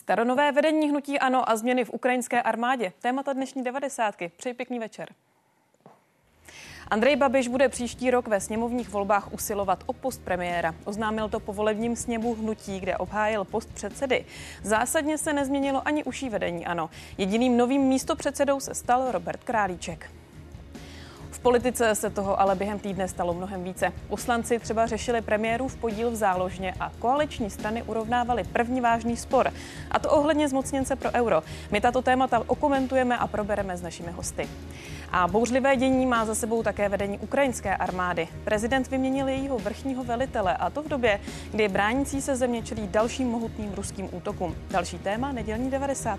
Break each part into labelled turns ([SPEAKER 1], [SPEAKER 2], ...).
[SPEAKER 1] Staronové vedení hnutí ANO a změny v ukrajinské armádě. Témata dnešní 90. Přeji pěkný večer. Andrej Babiš bude příští rok ve sněmovních volbách usilovat o post premiéra. Oznámil to po volebním sněmu hnutí, kde obhájil post předsedy. Zásadně se nezměnilo ani užší vedení ANO. Jediným novým místopředsedou se stal Robert Králíček. V politice se toho ale během týdne stalo mnohem více. Poslanci třeba řešili premiérův podíl v záložně a koaliční strany urovnávaly první vážný spor. A to ohledně zmocněnce pro euro. My tato témata okomentujeme a probereme s našimi hosty. A bouřlivé dění má za sebou také vedení ukrajinské armády. Prezident vyměnil jejího vrchního velitele, a to v době, kdy bránící se země čelí dalším mohutným ruským útokům. Další téma nedělní 90.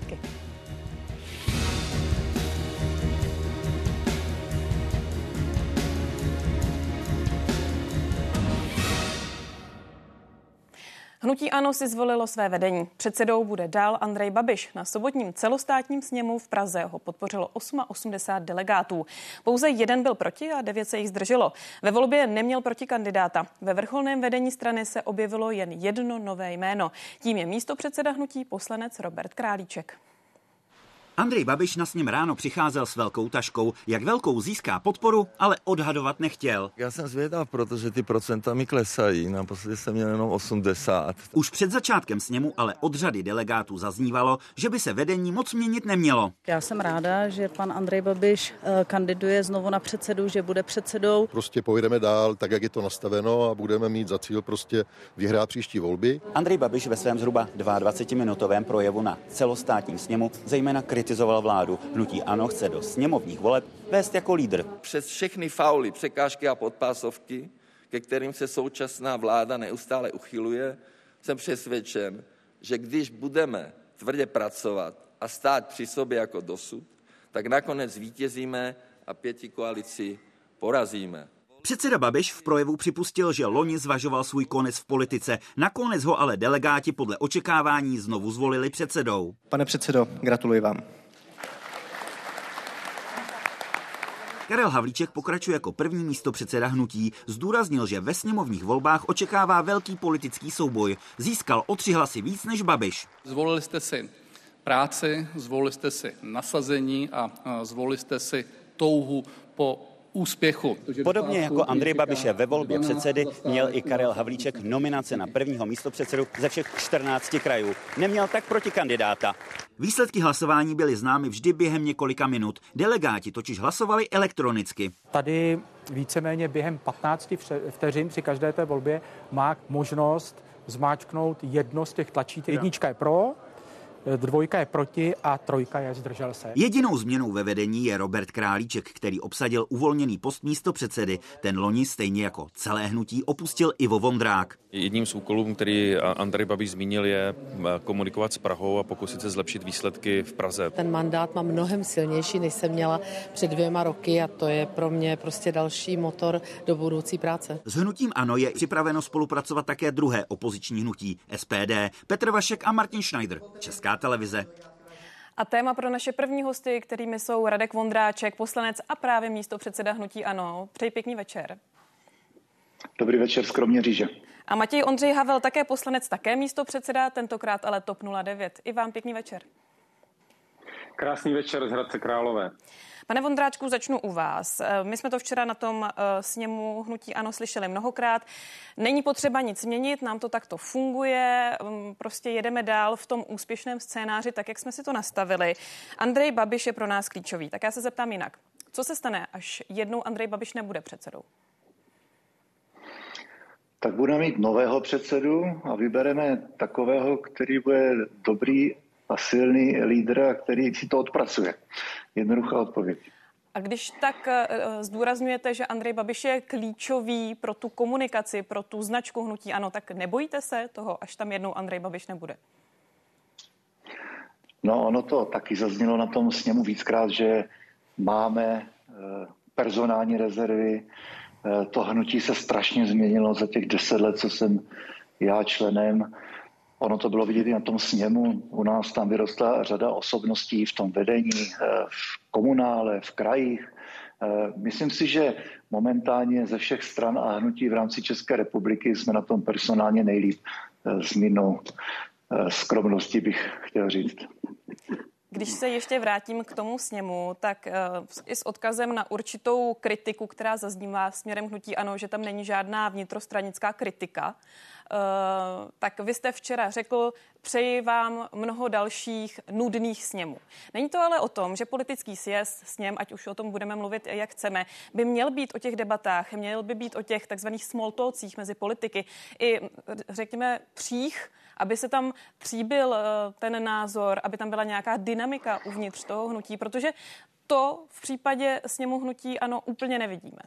[SPEAKER 1] Hnutí ANO si zvolilo své vedení. Předsedou bude dál Andrej Babiš. Na sobotním celostátním sněmu v Praze ho podpořilo 88 delegátů. Pouze jeden byl proti a 9 se jich zdrželo. Ve volbě neměl protikandidáta. Ve vrcholném vedení strany se objevilo jen jedno nové jméno. Tím je místopředseda hnutí poslanec Robert Králíček.
[SPEAKER 2] Andrej Babiš na sněm ráno přicházel s velkou taškou. Jak velkou získá podporu, ale odhadovat nechtěl.
[SPEAKER 3] Já jsem zvědav, protože ty procenta mi klesají. Naposledy jsem měl jenom 80.
[SPEAKER 2] Už před začátkem sněmu ale od řady delegátů zaznívalo, že by se vedení moc měnit nemělo.
[SPEAKER 4] Já jsem ráda, že pan Andrej Babiš kandiduje znovu na předsedu, že bude předsedou.
[SPEAKER 5] Prostě pojedeme dál, tak jak je to nastaveno, a budeme mít za cíl prostě vyhrát příští volby.
[SPEAKER 2] Andrej Babiš ve svém zhruba 22-minutovém projevu na celostátním sněmu zejména kritizoval vládu. Hnutí ANO chce do sněmovních voleb vést jako lídr.
[SPEAKER 6] Přes všechny fauly, překážky a podpásovky, ke kterým se současná vláda neustále uchyluje, jsem přesvědčen, že když budeme tvrdě pracovat a stát při sobě jako dosud, tak nakonec zvítězíme a pětikoalici porazíme.
[SPEAKER 2] Předseda Babiš v projevu připustil, že loni zvažoval svůj konec v politice. Nakonec ho ale delegáti podle očekávání znovu zvolili předsedou.
[SPEAKER 7] Pane předsedo, gratuluji vám.
[SPEAKER 2] Karel Havlíček pokračuje jako první místopředseda hnutí. Zdůraznil, že ve sněmovních volbách očekává velký politický souboj. Získal o 3 hlasy víc než Babiš.
[SPEAKER 8] Zvolili jste si práci, zvolili jste si nasazení a zvolili jste si touhu po úspěchu.
[SPEAKER 2] Podobně jako Andrej Babiše ve volbě předsedy měl i Karel Havlíček nominace na prvního místopředsedu ze všech 14 krajů. Neměl tak protikandidáta. Výsledky hlasování byly známy vždy během několika minut. Delegáti totiž hlasovali elektronicky.
[SPEAKER 9] Tady víceméně během 15 vteřin při každé té volbě má možnost zmáčknout jedno z těch tlačítek. Jednička je pro, 2 je proti a 3 je zdržel se.
[SPEAKER 2] Jedinou změnou ve vedení je Robert Králíček, který obsadil uvolněný post místopředsedy. Ten loni stejně jako celé hnutí opustil Ivo Vondrák.
[SPEAKER 10] Jedním z úkolů, který Andrej Babiš zmínil, je komunikovat s Prahou a pokusit se zlepšit výsledky v Praze.
[SPEAKER 11] Ten mandát mám mnohem silnější, než jsem měla před 2 roky, a to je pro mě prostě další motor do budoucí práce.
[SPEAKER 2] S hnutím ANO je připraveno spolupracovat také druhé opoziční hnutí SPD, Petr Vašek a Martin Schneider, Česká televize.
[SPEAKER 1] A téma pro naše první hosty, kterými jsou Radek Vondráček, poslanec a právě místopředseda hnutí ANO. Přeji pěkný večer.
[SPEAKER 12] Dobrý večer z Kroměříže.
[SPEAKER 1] A Matěj Ondřej Havel, také poslanec, také místopředseda, tentokrát ale TOP 09. I vám pěkný večer.
[SPEAKER 13] Krásný večer z Hradce Králové.
[SPEAKER 1] Pane Vondráčku, začnu u vás. My jsme to včera na tom sněmu hnutí ANO slyšeli mnohokrát. Není potřeba nic měnit, nám to takto funguje, prostě jedeme dál v tom úspěšném scénáři, tak jak jsme si to nastavili. Andrej Babiš je pro nás klíčový. Tak já se zeptám jinak. Co se stane, až jednou Andrej Babiš nebude předsedou?
[SPEAKER 12] Tak budeme mít nového předsedu a vybereme takového, který bude dobrý a silný lídr, a který si to odpracuje. Jednoduchá odpověď.
[SPEAKER 1] A když tak zdůrazňujete, že Andrej Babiš je klíčový pro tu komunikaci, pro tu značku hnutí ANO, tak nebojíte se toho, až tam jednou Andrej Babiš nebude?
[SPEAKER 12] No, ono to taky zaznělo na tom sněmu víckrát, že máme personální rezervy. To hnutí se strašně změnilo za těch 10 let, co jsem já členem. Ono to bylo vidět i na tom sněmu. U nás tam vyrostla řada osobností v tom vedení, v komunále, v krajích. Myslím si, že momentálně ze všech stran a hnutí v rámci České republiky jsme na tom personálně nejlíp s Minou skromnosti, bych chtěl říct.
[SPEAKER 1] Když se ještě vrátím k tomu sněmu, tak i s odkazem na určitou kritiku, která zaznívá směrem hnutí ANO, že tam není žádná vnitrostranická kritika, tak vy jste včera řekl, přeji vám mnoho dalších nudných sněmů. Není to ale o tom, že politický sjezd, sněm, ať už o tom budeme mluvit, jak chceme, by měl být o těch debatách, měl by být o těch takzvaných small talkcích mezi politiky i, řekněme, přích, aby se tam tříbil ten názor, aby tam byla nějaká dynamika uvnitř toho hnutí, protože to v případě sněmu hnutí ANO úplně nevidíme.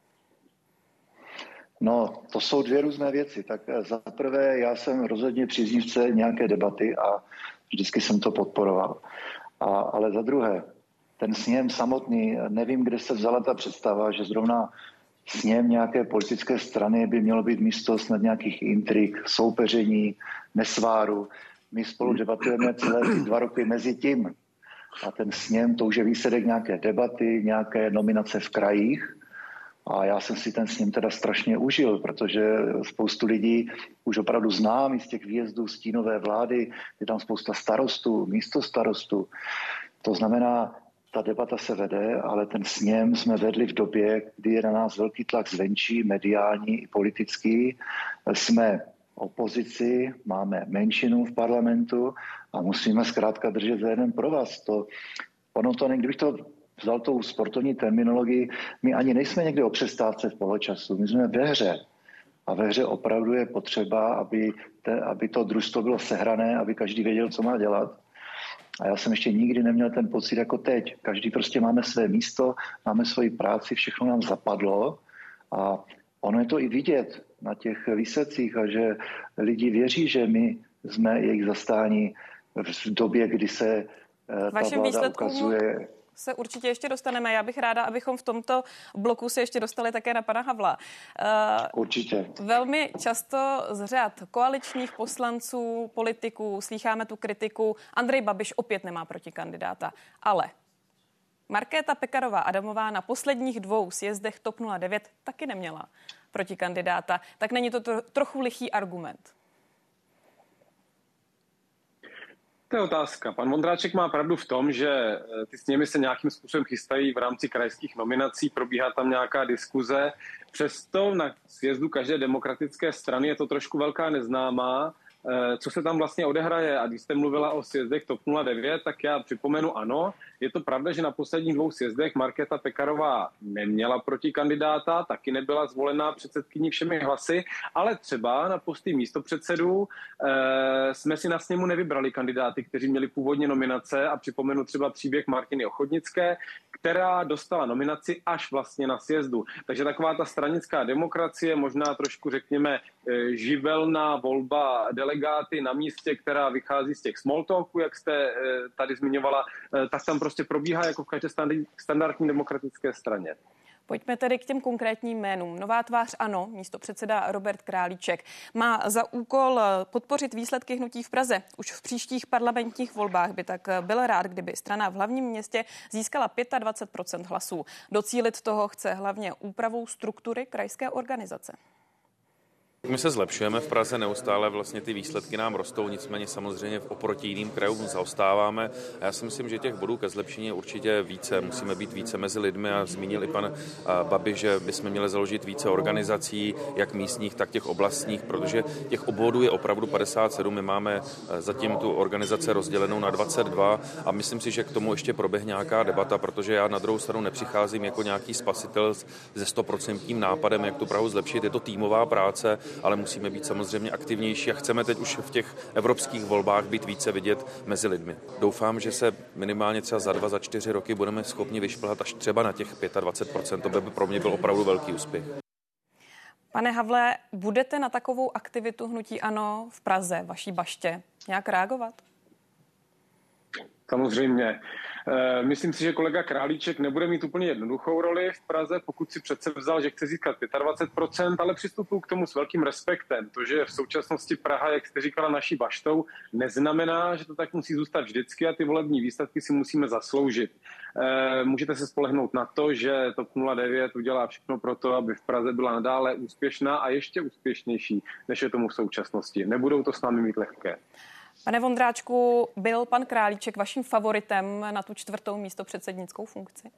[SPEAKER 12] No, to jsou dvě různé věci. Tak za prvé, já jsem rozhodně příznivce nějaké debaty a vždycky jsem to podporoval. Ale za druhé, ten sněm samotný, nevím, kde se vzala ta představa, že zrovna sněm nějaké politické strany by mělo být místo snad nějakých intrik, soupeření, nesváru. My spolu debatujeme celé 2 roky mezi tím. A ten sněm, to už je výsledek nějaké debaty, nějaké nominace v krajích. A já jsem si ten sněm teda strašně užil, protože spoustu lidí už opravdu znám i z těch výjezdů stínové vlády, je tam spousta starostů, místostarostů. To znamená, ta debata se vede, ale ten sněm jsme vedli v době, kdy je na nás velký tlak zvenčí, mediální i politický. Jsme opozici, máme menšinu v parlamentu a musíme zkrátka držet za jeden provaz. Kdybych to vzal tou sportovní terminologii, my ani nejsme někde o přestávce v poločasu, my jsme ve hře. A ve hře opravdu je potřeba, aby to družstvo bylo sehrané, aby každý věděl, co má dělat. A já jsem ještě nikdy neměl ten pocit jako teď. Každý prostě máme své místo, máme svoji práci, všechno nám zapadlo a ono je to i vidět na těch výsledcích a že lidi věří, že my jsme jejich zastání v době, kdy se ta vláda ukazuje.
[SPEAKER 1] Se určitě ještě dostaneme. Já bych ráda, abychom v tomto bloku se ještě dostali také na pana Havla.
[SPEAKER 12] Určitě.
[SPEAKER 1] Velmi často z řad koaličních poslanců, politiků slýcháme tu kritiku. Andrej Babiš opět nemá protikandidáta. Ale Markéta Pekarová Adamová na posledních 2 sjezdech TOP 09 taky neměla protikandidáta. Tak není to trochu lichý argument?
[SPEAKER 13] To je otázka. Pan Vondráček má pravdu v tom, že ty sněmy se nějakým způsobem chystají v rámci krajských nominací, probíhá tam nějaká diskuze. Přesto na sjezdu každé demokratické strany je to trošku velká neznámá, co se tam vlastně odehraje. A když jste mluvila o sjezdech TOP 09, tak já připomenu ano, je to pravda, že na posledních 2 sjezdech Markéta Pekarová neměla protikandidáta, taky nebyla zvolená předsedkyní všemi hlasy, ale třeba na posty místopředsedů jsme si na sněmu nevybrali kandidáty, kteří měli původně nominace a připomenu třeba příběh Martiny Ochodnické, která dostala nominaci až vlastně na sjezdu. Takže taková ta stranická demokracie, možná trošku řekněme živelná volba delegáty na místě, která vychází z těch small talků, jak jste tady zmiňovala, tak tam prostě probíhá jako v každé standardní demokratické straně.
[SPEAKER 1] Pojďme tedy k těm konkrétním jménům. Nová tvář ANO, místopředseda Robert Králíček, má za úkol podpořit výsledky hnutí v Praze. Už v příštích parlamentních volbách by tak byl rád, kdyby strana v hlavním městě získala 25% hlasů. Docílit toho chce hlavně úpravou struktury krajské organizace.
[SPEAKER 10] My se zlepšujeme v Praze neustále, vlastně ty výsledky nám rostou, nicméně samozřejmě oproti jiným krajům zaostáváme. A já si myslím, že těch bodů ke zlepšení je určitě více. Musíme být více mezi lidmi a zmínil i pan Babiš, že bychom měli založit více organizací, jak místních, tak těch oblastních, protože těch obvodů je opravdu 57. My máme zatím tu organizaci rozdělenou na 22 a myslím si, že k tomu ještě proběhne nějaká debata, protože já na druhou stranu nepřicházím jako nějaký spasitel se 100% nápadem, jak tu Prahu zlepšit. Je to týmová práce, ale musíme být samozřejmě aktivnější a chceme teď už v těch evropských volbách být více vidět mezi lidmi. Doufám, že se minimálně třeba za 2, za 4 roky budeme schopni vyšplhat až třeba na těch 25%. To by pro mě byl opravdu velký úspěch.
[SPEAKER 1] Pane Havle, budete na takovou aktivitu hnutí ANO v Praze, vaší baště, nějak reagovat?
[SPEAKER 13] Samozřejmě. Myslím si, že kolega Králíček nebude mít úplně jednoduchou roli v Praze, pokud si přece vzal, že chce získat 25%, ale přistupuji k tomu s velkým respektem. To, že v současnosti Praha, jak jste říkala, naší baštou, neznamená, že to tak musí zůstat vždycky a ty volební výsledky si musíme zasloužit. Můžete se spolehnout na to, že TOP 09 udělá všechno pro to, aby v Praze byla nadále úspěšná a ještě úspěšnější, než je tomu v současnosti. Nebudou to s námi mít lehké.
[SPEAKER 1] Pane Vondráčku, byl pan Králíček vaším favoritem na tu 4. místopředsednickou funkci?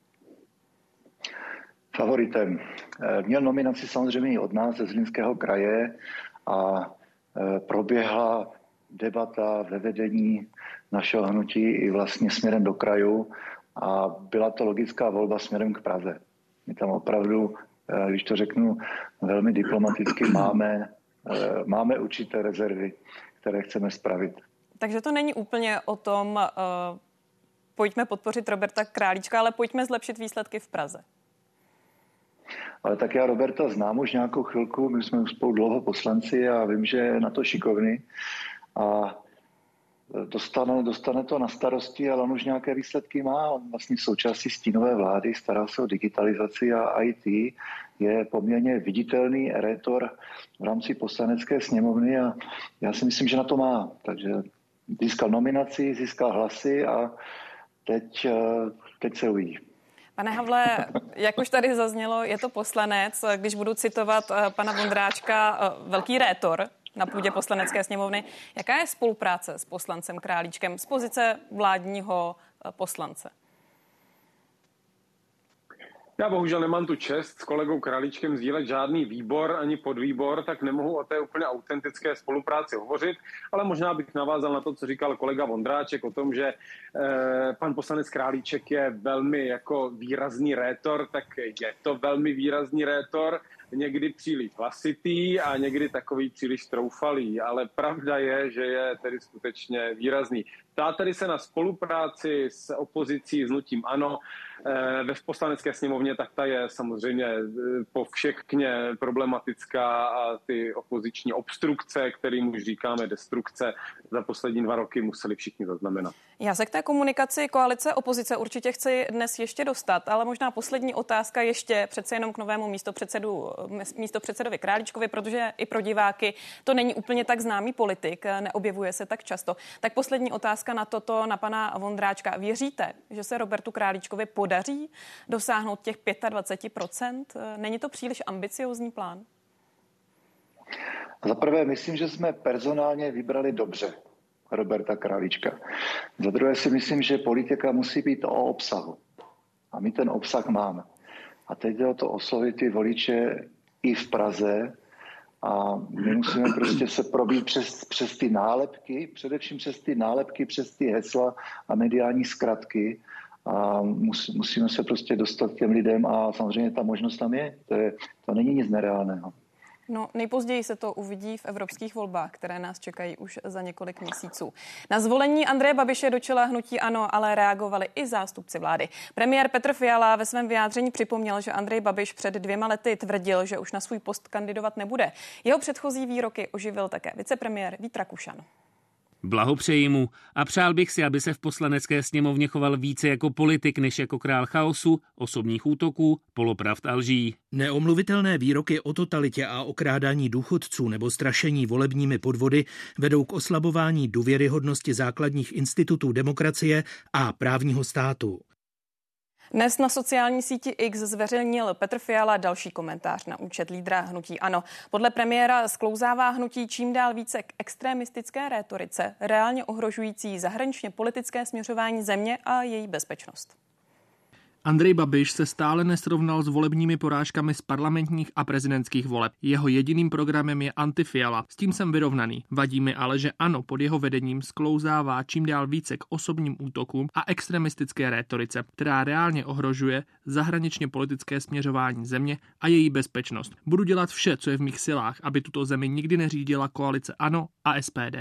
[SPEAKER 12] Favoritem. Měl nominaci samozřejmě i od nás ze Zlínského kraje a proběhla debata ve vedení našeho hnutí i vlastně směrem do kraju a byla to logická volba směrem k Praze. My tam opravdu, když to řeknu velmi diplomaticky, máme určité rezervy, které chceme spravit.
[SPEAKER 1] Takže to není úplně o tom, pojďme podpořit Roberta Králíčka, ale pojďme zlepšit výsledky v Praze.
[SPEAKER 12] Ale tak já Roberta znám už nějakou chvilku, my jsme spolu dlouho poslanci a vím, že je na to šikovný a dostane to na starosti, ale on už nějaké výsledky má. On vlastně v součástí stínové vlády stará se o digitalizaci a IT, je poměrně viditelný rétor v rámci poslanecké sněmovny a já si myslím, že na to má. Takže získal nominaci, získal hlasy a teď se uvidí.
[SPEAKER 1] Pane Havle, jak už tady zaznělo, je to poslanec, když budu citovat pana Vondráčka, velký rétor na půdě poslanecké sněmovny. Jaká je spolupráce s poslancem Králíčkem z pozice vládního poslance?
[SPEAKER 13] Já bohužel nemám tu čest s kolegou Králíčkem sdílet žádný výbor ani podvýbor, tak nemohu o té úplně autentické spolupráci hovořit, ale možná bych navázal na to, co říkal kolega Vondráček o tom, že pan poslanec Králíček je velmi jako výrazný rétor, tak je to velmi výrazný rétor, někdy příliš hlasitý a někdy takový příliš troufalý, ale pravda je, že je tedy skutečně výrazný. Ptáte-li se na spolupráci s opozicí, s hnutím ANO, ve poslanecké sněmovně, tak ta je samozřejmě povšechně problematická a ty opoziční obstrukce, kterým už říkáme destrukce, za poslední 2 roky museli všichni zaznamenat.
[SPEAKER 1] Já se k té komunikaci koalice opozice určitě chci dnes ještě dostat, ale možná poslední otázka ještě přece jenom k novému místopředsedovi Králíčkovi, protože i pro diváky to není úplně tak známý politik, neobjevuje se tak často. Tak poslední otázka na toto, na pana Vondráčka. Věříte, že se Robertu Králíčkovi podaří dosáhnout těch 25%? Není to příliš ambiciózní plán?
[SPEAKER 12] Za prvé, myslím, že jsme personálně vybrali dobře Roberta Králíčka. Za druhé si myslím, že politika musí být o obsahu. A my ten obsah máme. A teď jde o to oslovit ty voliče i v Praze a my musíme prostě se probít přes ty nálepky, především přes ty nálepky, přes ty hesla a mediální zkratky a musíme se prostě dostat k těm lidem a samozřejmě ta možnost tam je. To není nic nereálného.
[SPEAKER 1] No, nejpozději se to uvidí v evropských volbách, které nás čekají už za několik měsíců. Na zvolení Andreje Babiše do čela hnutí ANO ale reagovali i zástupci vlády. Premiér Petr Fiala ve svém vyjádření připomněl, že Andrej Babiš před 2 lety tvrdil, že už na svůj post kandidovat nebude. Jeho předchozí výroky oživil také vicepremiér Vít Rakušan.
[SPEAKER 14] Blahopřeji mu a přál bych si, aby se v poslanecké sněmovně choval více jako politik, než jako král chaosu, osobních útoků, polopravd a lží.
[SPEAKER 15] Neomluvitelné výroky o totalitě a okrádání důchodců nebo strašení volebními podvody vedou k oslabování důvěryhodnosti základních institutů demokracie a právního státu.
[SPEAKER 1] Dnes na sociální síti X zveřejnil Petr Fiala další komentář na účet lídra hnutí ANO. Podle premiéra sklouzává hnutí čím dál více k extremistické rétorice, reálně ohrožující zahraničně politické směřování země a její bezpečnost.
[SPEAKER 16] Andrej Babiš se stále nesrovnal s volebními porážkami z parlamentních a prezidentských voleb. Jeho jediným programem je Antifiala. S tím jsem vyrovnaný. Vadí mi ale, že ANO pod jeho vedením sklouzává čím dál více k osobním útokům a extremistické rétorice, která reálně ohrožuje zahraničně politické směřování země a její bezpečnost. Budu dělat vše, co je v mých silách, aby tuto zemi nikdy neřídila koalice ANO a SPD.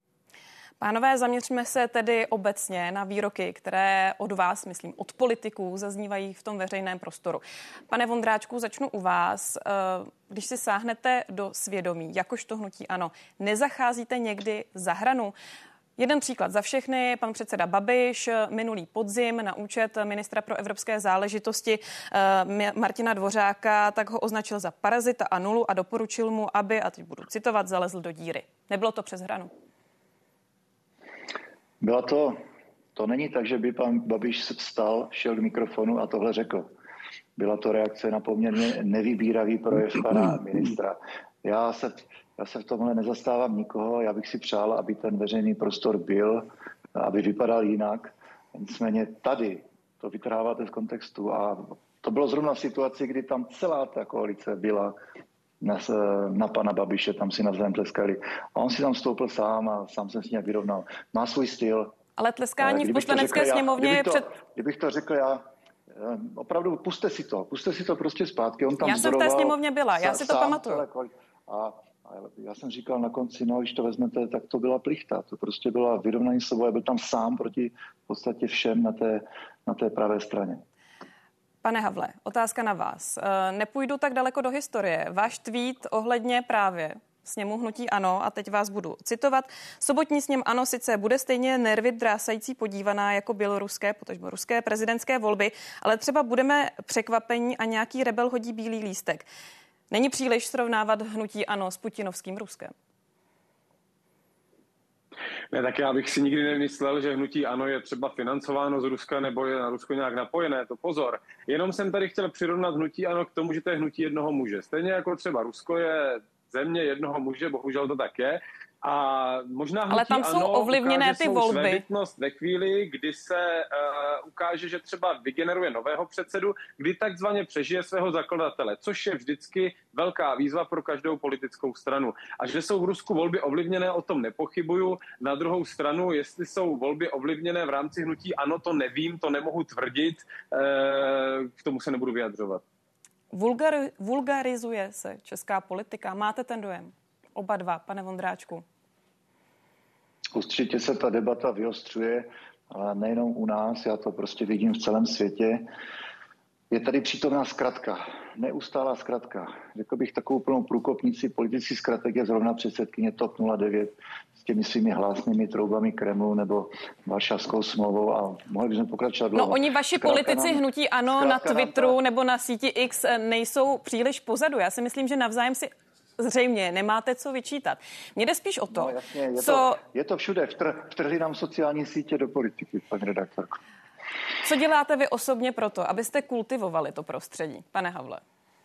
[SPEAKER 1] Pánové, zaměřme se tedy obecně na výroky, které od vás, myslím, od politiků zaznívají v tom veřejném prostoru. Pane Vondráčku, začnu u vás. Když si sáhnete do svědomí, jakožto hnutí ANO, nezacházíte někdy za hranu? Jeden příklad za všechny. Pan předseda Babiš minulý podzim na účet ministra pro evropské záležitosti Martina Dvořáka tak ho označil za parazita a nulu a doporučil mu, aby, a teď budu citovat, zalezl do díry. Nebylo to přes hranu?
[SPEAKER 12] To není tak, že by pan Babiš vstal, šel k mikrofonu a tohle řekl. Byla to reakce na poměrně nevybíravý projev pana ministra. Já se v tomhle nezastávám nikoho, já bych si přál, aby ten veřejný prostor byl, aby vypadal jinak. Nicméně tady to vytrháváte z kontextu a to bylo zrovna v situaci, kdy tam celá ta koalice byla na pana Babiše, tam si navzájem tleskali. A on si tam vstoupil sám a sám se s nějak vyrovnal. Má svůj styl.
[SPEAKER 1] Ale tleskání v Poslanecké sněmovně je před...
[SPEAKER 12] Kdybych to řekl já, opravdu puste si to prostě zpátky. On tam
[SPEAKER 1] já jsem v té sněmovně byla, já si to pamatuju.
[SPEAKER 12] A já jsem říkal na konci, no když to vezmete, tak to byla plichta. To prostě byla vyrovnaný souboj. Byl tam sám proti v podstatě všem na té pravé straně.
[SPEAKER 1] Pane Havle, otázka na vás. Nepůjdu tak daleko do historie. Váš tweet ohledně právě sněmu hnutí ANO, a teď vás budu citovat. Sobotní sněm ANO sice bude stejně nervy drásající podívaná jako běloruské, potažmo ruské prezidentské volby, ale třeba budeme překvapení a nějaký rebel hodí bílý lístek. Není příliš srovnávat hnutí ANO s putinovským Ruskem?
[SPEAKER 13] Ne, tak já bych si nikdy nemyslel, že hnutí ANO je třeba financováno z Ruska nebo je na Rusko nějak napojené, to pozor. Jenom jsem tady chtěl přirovnat hnutí ANO k tomu, že to je hnutí jednoho muže. Stejně jako třeba Rusko je země jednoho muže, bohužel to tak je. A možná
[SPEAKER 1] ale tam jsou ovlivněné ty volby.
[SPEAKER 13] Ve chvíli, kdy se ukáže, že třeba vygeneruje nového předsedu, kdy takzvaně přežije svého zakladatele, což je vždycky velká výzva pro každou politickou stranu. A že jsou v Rusku volby ovlivněné, o tom nepochybuju. Na druhou stranu, jestli jsou volby ovlivněné v rámci hnutí ANO, to nevím, to nemohu tvrdit, k tomu se nebudu vyjadřovat.
[SPEAKER 1] Vulgarizuje se česká politika. Máte ten dojem? Oba dva, pane Vondráčku.
[SPEAKER 12] Určitě se ta debata vyostřuje, ale nejenom u nás, já to prostě vidím v celém světě. Je tady přítomná zkratka, neustálá zkratka. Řekl bych takovou plnou průkopnici politický zkratek je zrovna předsedkyně TOP 09 s těmi svými hlásnými troubami Kremlu nebo Varšavskou smlouvou a mohli bychom pokračovat dlouho.
[SPEAKER 1] No oni vaši politici hnutí ANO na Twitteru nebo na síti X nejsou příliš pozadu. Já si myslím, že navzájem si zřejmě nemáte co vyčítat. Mně jde spíš o to,
[SPEAKER 12] no, jasně, je to všude. Vtrhli nám sociální sítě do politiky, paní redaktorko.
[SPEAKER 1] Co děláte vy osobně proto, abyste kultivovali to prostředí, pane Havle?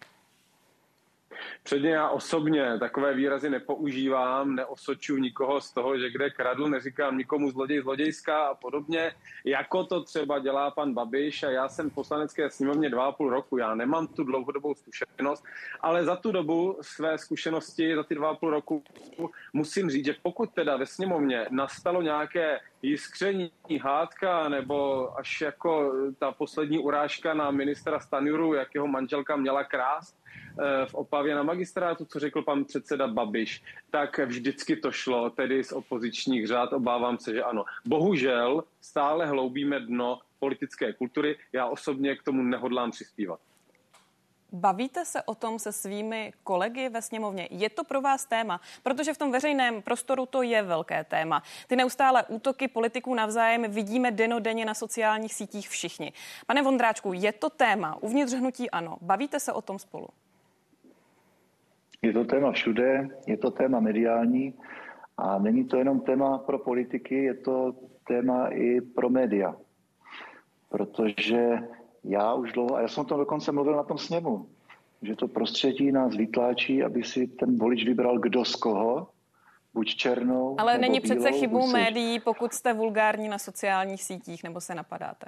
[SPEAKER 13] Předně já osobně takové výrazy nepoužívám, neosočuju nikoho z toho, že kde kradl, neříkám nikomu zloděj, zlodějská a podobně, jako to třeba dělá pan Babiš a já jsem v Poslanecké sněmovně 2,5 roku, já nemám tu dlouhodobou zkušenost, ale za tu dobu své zkušenosti, za ty 2,5 roku musím říct, že pokud teda ve sněmovně nastalo nějaké jiskření, hádka nebo až jako ta poslední urážka na ministra Stanjuru, jak jeho manželka měla krást v Opavě na magistrátu, co řekl pan předseda Babiš, tak vždycky to šlo tedy z opozičních řád, obávám se, že ano. Bohužel stále hloubíme dno politické kultury, já osobně k tomu nehodlám přispívat.
[SPEAKER 1] Bavíte se o tom se svými kolegy ve sněmovně? Je to pro vás téma? Protože v tom veřejném prostoru to je velké téma. Ty neustálé útoky politiků navzájem vidíme dennodenně na sociálních sítích všichni. Pane Vondráčku, je to téma uvnitř hnutí ANO? Bavíte se o tom spolu?
[SPEAKER 12] Je to téma všude, je to téma mediální a není to jenom téma pro politiky, je to téma i pro média. Protože já už dlouho, a já jsem o tom dokonce mluvil na tom sněmu, že to prostředí nás vytláčí, aby si ten volič vybral kdo z koho, buď černou,
[SPEAKER 1] ale
[SPEAKER 12] nebo
[SPEAKER 1] není
[SPEAKER 12] bílou,
[SPEAKER 1] přece chybou médií, pokud jste vulgární na sociálních sítích nebo se napadáte.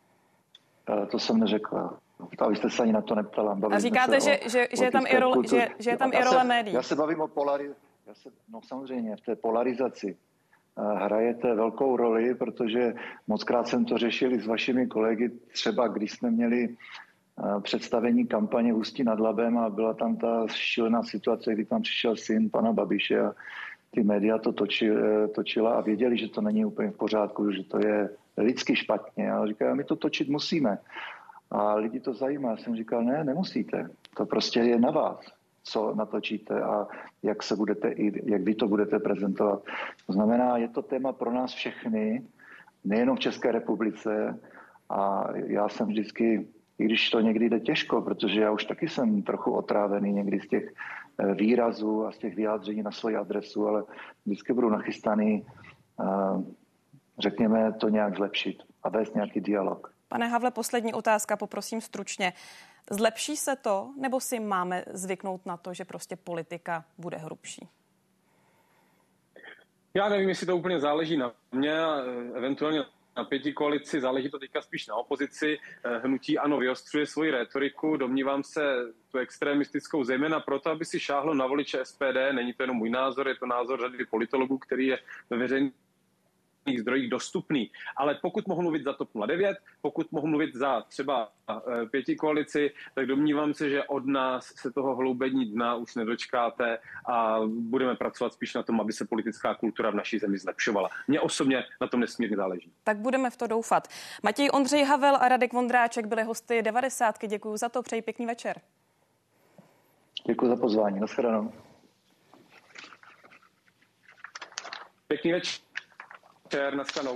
[SPEAKER 12] To jsem neřekla. A vy jste se ani na to neptala.
[SPEAKER 1] A říkáte, že je tam i role médií.
[SPEAKER 12] Já se bavím o polarizaci. No samozřejmě, v té polarizaci hrajete velkou roli, protože mockrát jsem to řešil i s vašimi kolegy, třeba když jsme měli představení kampaně v Ústí nad Labem a byla tam ta šílená situace, kdy tam přišel syn pana Babiše a ty média to točila a věděli, že to není úplně v pořádku, že to je lidsky špatně. A říkali, my to točit musíme. A lidi to zajímá. Já jsem říkal, ne, nemusíte. To prostě je na vás, co natočíte a jak vy to budete prezentovat. To znamená, je to téma pro nás všechny, nejenom v České republice. A já jsem vždycky, i když to někdy jde těžko, protože já už taky jsem trochu otrávený někdy z těch výrazů a z těch vyjádření na svoji adresu, ale vždycky budu nachystaný, řekněme, to nějak zlepšit a vést nějaký dialog.
[SPEAKER 1] Pane Havle, poslední otázka, poprosím stručně. Zlepší se to, nebo si máme zvyknout na to, že prostě politika bude hrubší?
[SPEAKER 13] Já nevím, jestli to úplně záleží na mě, eventuálně na pětikoalici, záleží to teďka spíš na opozici. Hnutí ANO vyostřuje svoji rétoriku, domnívám se tu extremistickou, zejména proto, aby si šáhlo na voliče SPD. Není to jenom můj názor, je to názor řady politologů, který je ve veřejných zdrojích dostupný. Ale pokud mohu mluvit za TOP 09, pokud mohu mluvit za třeba pětikoalici, tak domnívám se, že od nás se toho hloubení dna už nedočkáte a budeme pracovat spíš na tom, aby se politická kultura v naší zemi zlepšovala. Mně osobně na tom nesmírně záleží.
[SPEAKER 1] Tak budeme v to doufat. Matěj Ondřej Havel a Radek Vondráček byli hosty 90. Děkuji za to, přeji pěkný večer.
[SPEAKER 12] Děkuji za pozvání, nashledanou.
[SPEAKER 13] Pěkný večer. Naschledanou.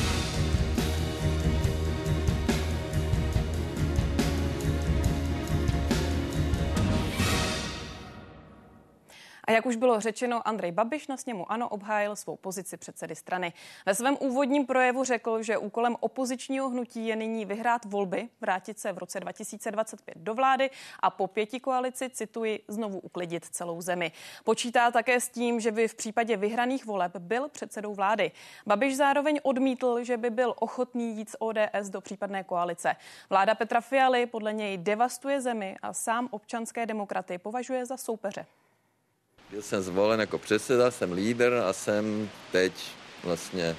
[SPEAKER 1] A jak už bylo řečeno, Andrej Babiš na sněmu ANO obhájil svou pozici předsedy strany. Ve svém úvodním projevu řekl, že úkolem opozičního hnutí je nyní vyhrát volby, vrátit se v roce 2025 do vlády a po pětikoalici, cituji, znovu uklidit celou zemi. Počítá také s tím, že by v případě vyhraných voleb byl předsedou vlády. Babiš zároveň odmítl, že by byl ochotný jít z ODS do případné koalice. Vláda Petra Fialy podle něj devastuje zemi a sám občanské demokraty považuje za soupeře.
[SPEAKER 6] Byl jsem zvolen jako předseda, jsem lídr a jsem teď vlastně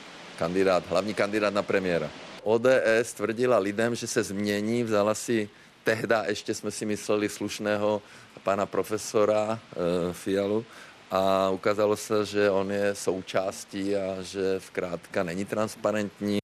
[SPEAKER 6] hlavní kandidát na premiéra. ODS tvrdila lidem, že se změní, vzala si tehda, ještě jsme si mysleli slušného pana profesora Fialu a ukázalo se, že on je součástí a že zkrátka není transparentní.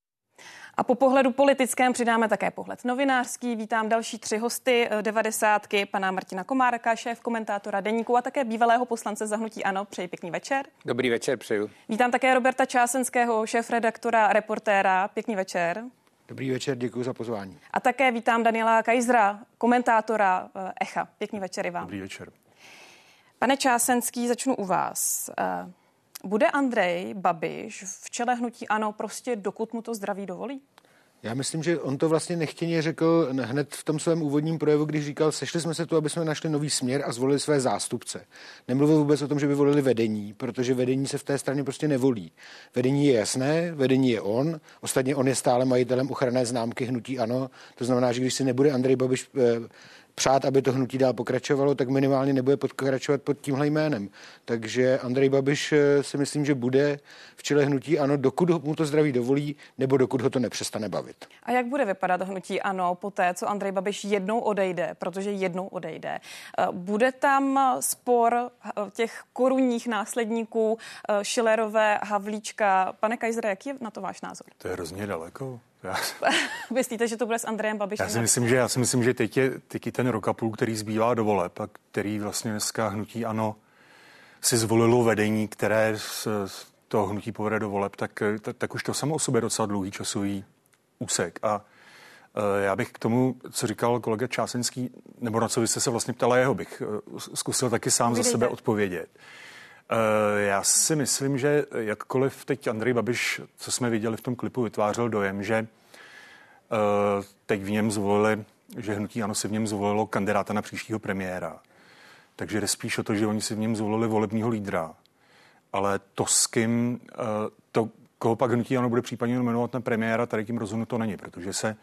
[SPEAKER 1] A po pohledu politickém přidáme také pohled novinářský. Vítám další 3 hosty 90. Pana Martina Komárka, šéf komentátora Deníku a také bývalého poslance za hnutí ANO. Přeji pěkný večer.
[SPEAKER 17] Dobrý večer, přeju.
[SPEAKER 1] Vítám také Roberta Čásenského, šéfredaktora Reportéra. Pěkný večer.
[SPEAKER 17] Dobrý večer, děkuji za pozvání.
[SPEAKER 1] A také vítám Daniela Kajzra, komentátora Echa. Pěkný večer i vám.
[SPEAKER 17] Dobrý večer.
[SPEAKER 1] Pane Čásenský, začnu u vás. Bude Andrej Babiš v čele hnutí ANO prostě dokud mu to zdraví dovolí?
[SPEAKER 17] Já myslím, že on to vlastně nechtěně řekl hned v tom svém úvodním projevu, když říkal, sešli jsme se tu, aby jsme našli nový směr a zvolili své zástupce. Nemluvil vůbec o tom, že by volili vedení, protože vedení se v té straně prostě nevolí. Vedení je jasné, vedení je on, ostatně on je stále majitelem ochranné známky hnutí ANO, to znamená, že když si nebude Andrej Babiš přát, aby to hnutí dál pokračovalo, tak minimálně nebude pokračovat pod tímhle jménem. Takže Andrej Babiš si myslím, že bude v čele hnutí ANO, dokud mu to zdraví dovolí, nebo dokud ho to nepřestane bavit.
[SPEAKER 1] A jak bude vypadat hnutí ANO poté, co Andrej Babiš jednou odejde, protože jednou odejde? Bude tam spor těch korunních následníků Schillerové, Havlíčka? Pane Kajzere, jaký je na to váš názor?
[SPEAKER 18] To je hrozně daleko.
[SPEAKER 1] Myslíte, že to bude s Andrejem Babišem?
[SPEAKER 18] Já si myslím, že teď je ten rok a půl, který zbývá do voleb a který vlastně dneska hnutí ANO si zvolilo vedení, které to hnutí povede do voleb, tak už to samo o sobě docela dlouhý časový úsek. A já bych k tomu, co říkal kolega Čásenský, nebo na co vy jste se vlastně ptala jeho, bych zkusil taky sám za sebe odpovědět. Já si myslím, že jakkoliv teď Andrej Babiš, co jsme viděli v tom klipu, vytvářel dojem, že teď v něm zvolili, že hnutí ANO si v něm zvolilo kandidáta na příštího premiéra. Takže jde spíš o to, že oni si v něm zvolili volebního lídra. Ale to s kým, koho pak hnutí ANO bude případně nominovat na premiéra, tady tím rozhodnuto není, protože se,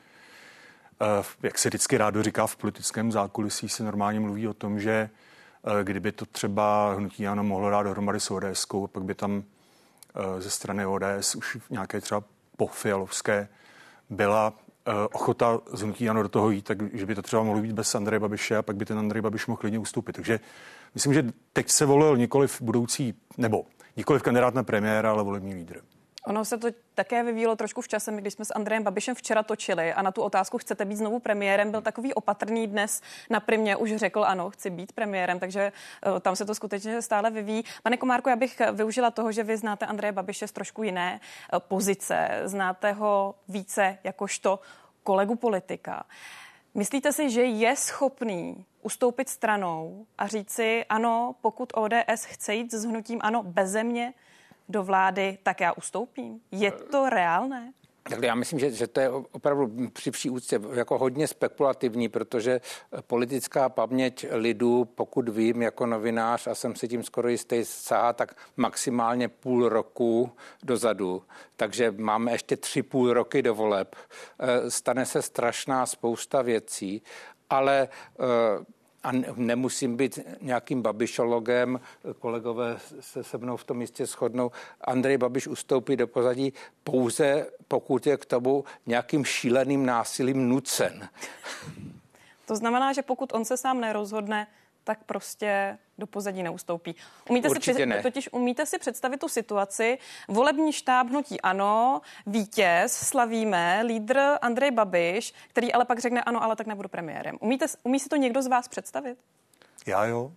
[SPEAKER 18] jak se vždycky rádo říká v politickém zákulisí, se normálně mluví o tom, že kdyby to třeba hnutí ANO mohlo dát dohromady s ODS-kou, pak by tam ze strany ODS už nějaké třeba pofialovské byla ochota z hnutí ANO do toho jít, takže by to třeba mohlo být bez Andreje Babiše a pak by ten Andrej Babiš mohl klidně ustoupit. Takže myslím, že teď se volil nikoliv kandidát na premiéra, ale volební lídr.
[SPEAKER 1] Ono se to také vyvíjelo trošku v čase, když jsme s Andrejem Babišem včera točili a na tu otázku chcete být znovu premiérem, byl takový opatrný. Dnes na Primě už řekl ano, chci být premiérem, takže tam se to skutečně stále vyvíjí. Pane Komárku, já bych využila toho, že vy znáte Andreje Babiše z trošku jiné pozice, znáte ho více jakožto kolegu politika. Myslíte si, že je schopný ustoupit stranou a říci ano, pokud ODS chce jít s hnutím ANO beze mě do vlády, tak já ustoupím? Je to reálné?
[SPEAKER 19] Tak já myslím, že to je opravdu při vší úctě jako hodně spekulativní, protože politická paměť lidu, pokud vím jako novinář a jsem si tím skoro jistý, sahá tak maximálně půl roku dozadu. Takže máme ještě 3,5 roky do voleb. Stane se strašná spousta věcí, ale a nemusím být nějakým babišologem, kolegové se mnou v tom jistě shodnou, Andrej Babiš ustoupí do pozadí pouze, pokud je k tomu nějakým šíleným násilím nucen.
[SPEAKER 1] To znamená, že pokud on se sám nerozhodne, tak prostě do pozadí neustoupí. Umíte si představit tu situaci, volební štáb hnutí ANO, vítěz, slavíme, lídr Andrej Babiš, který ale pak řekne ano, ale tak nebudu premiérem. Umí si to někdo z vás představit?
[SPEAKER 18] Já jo.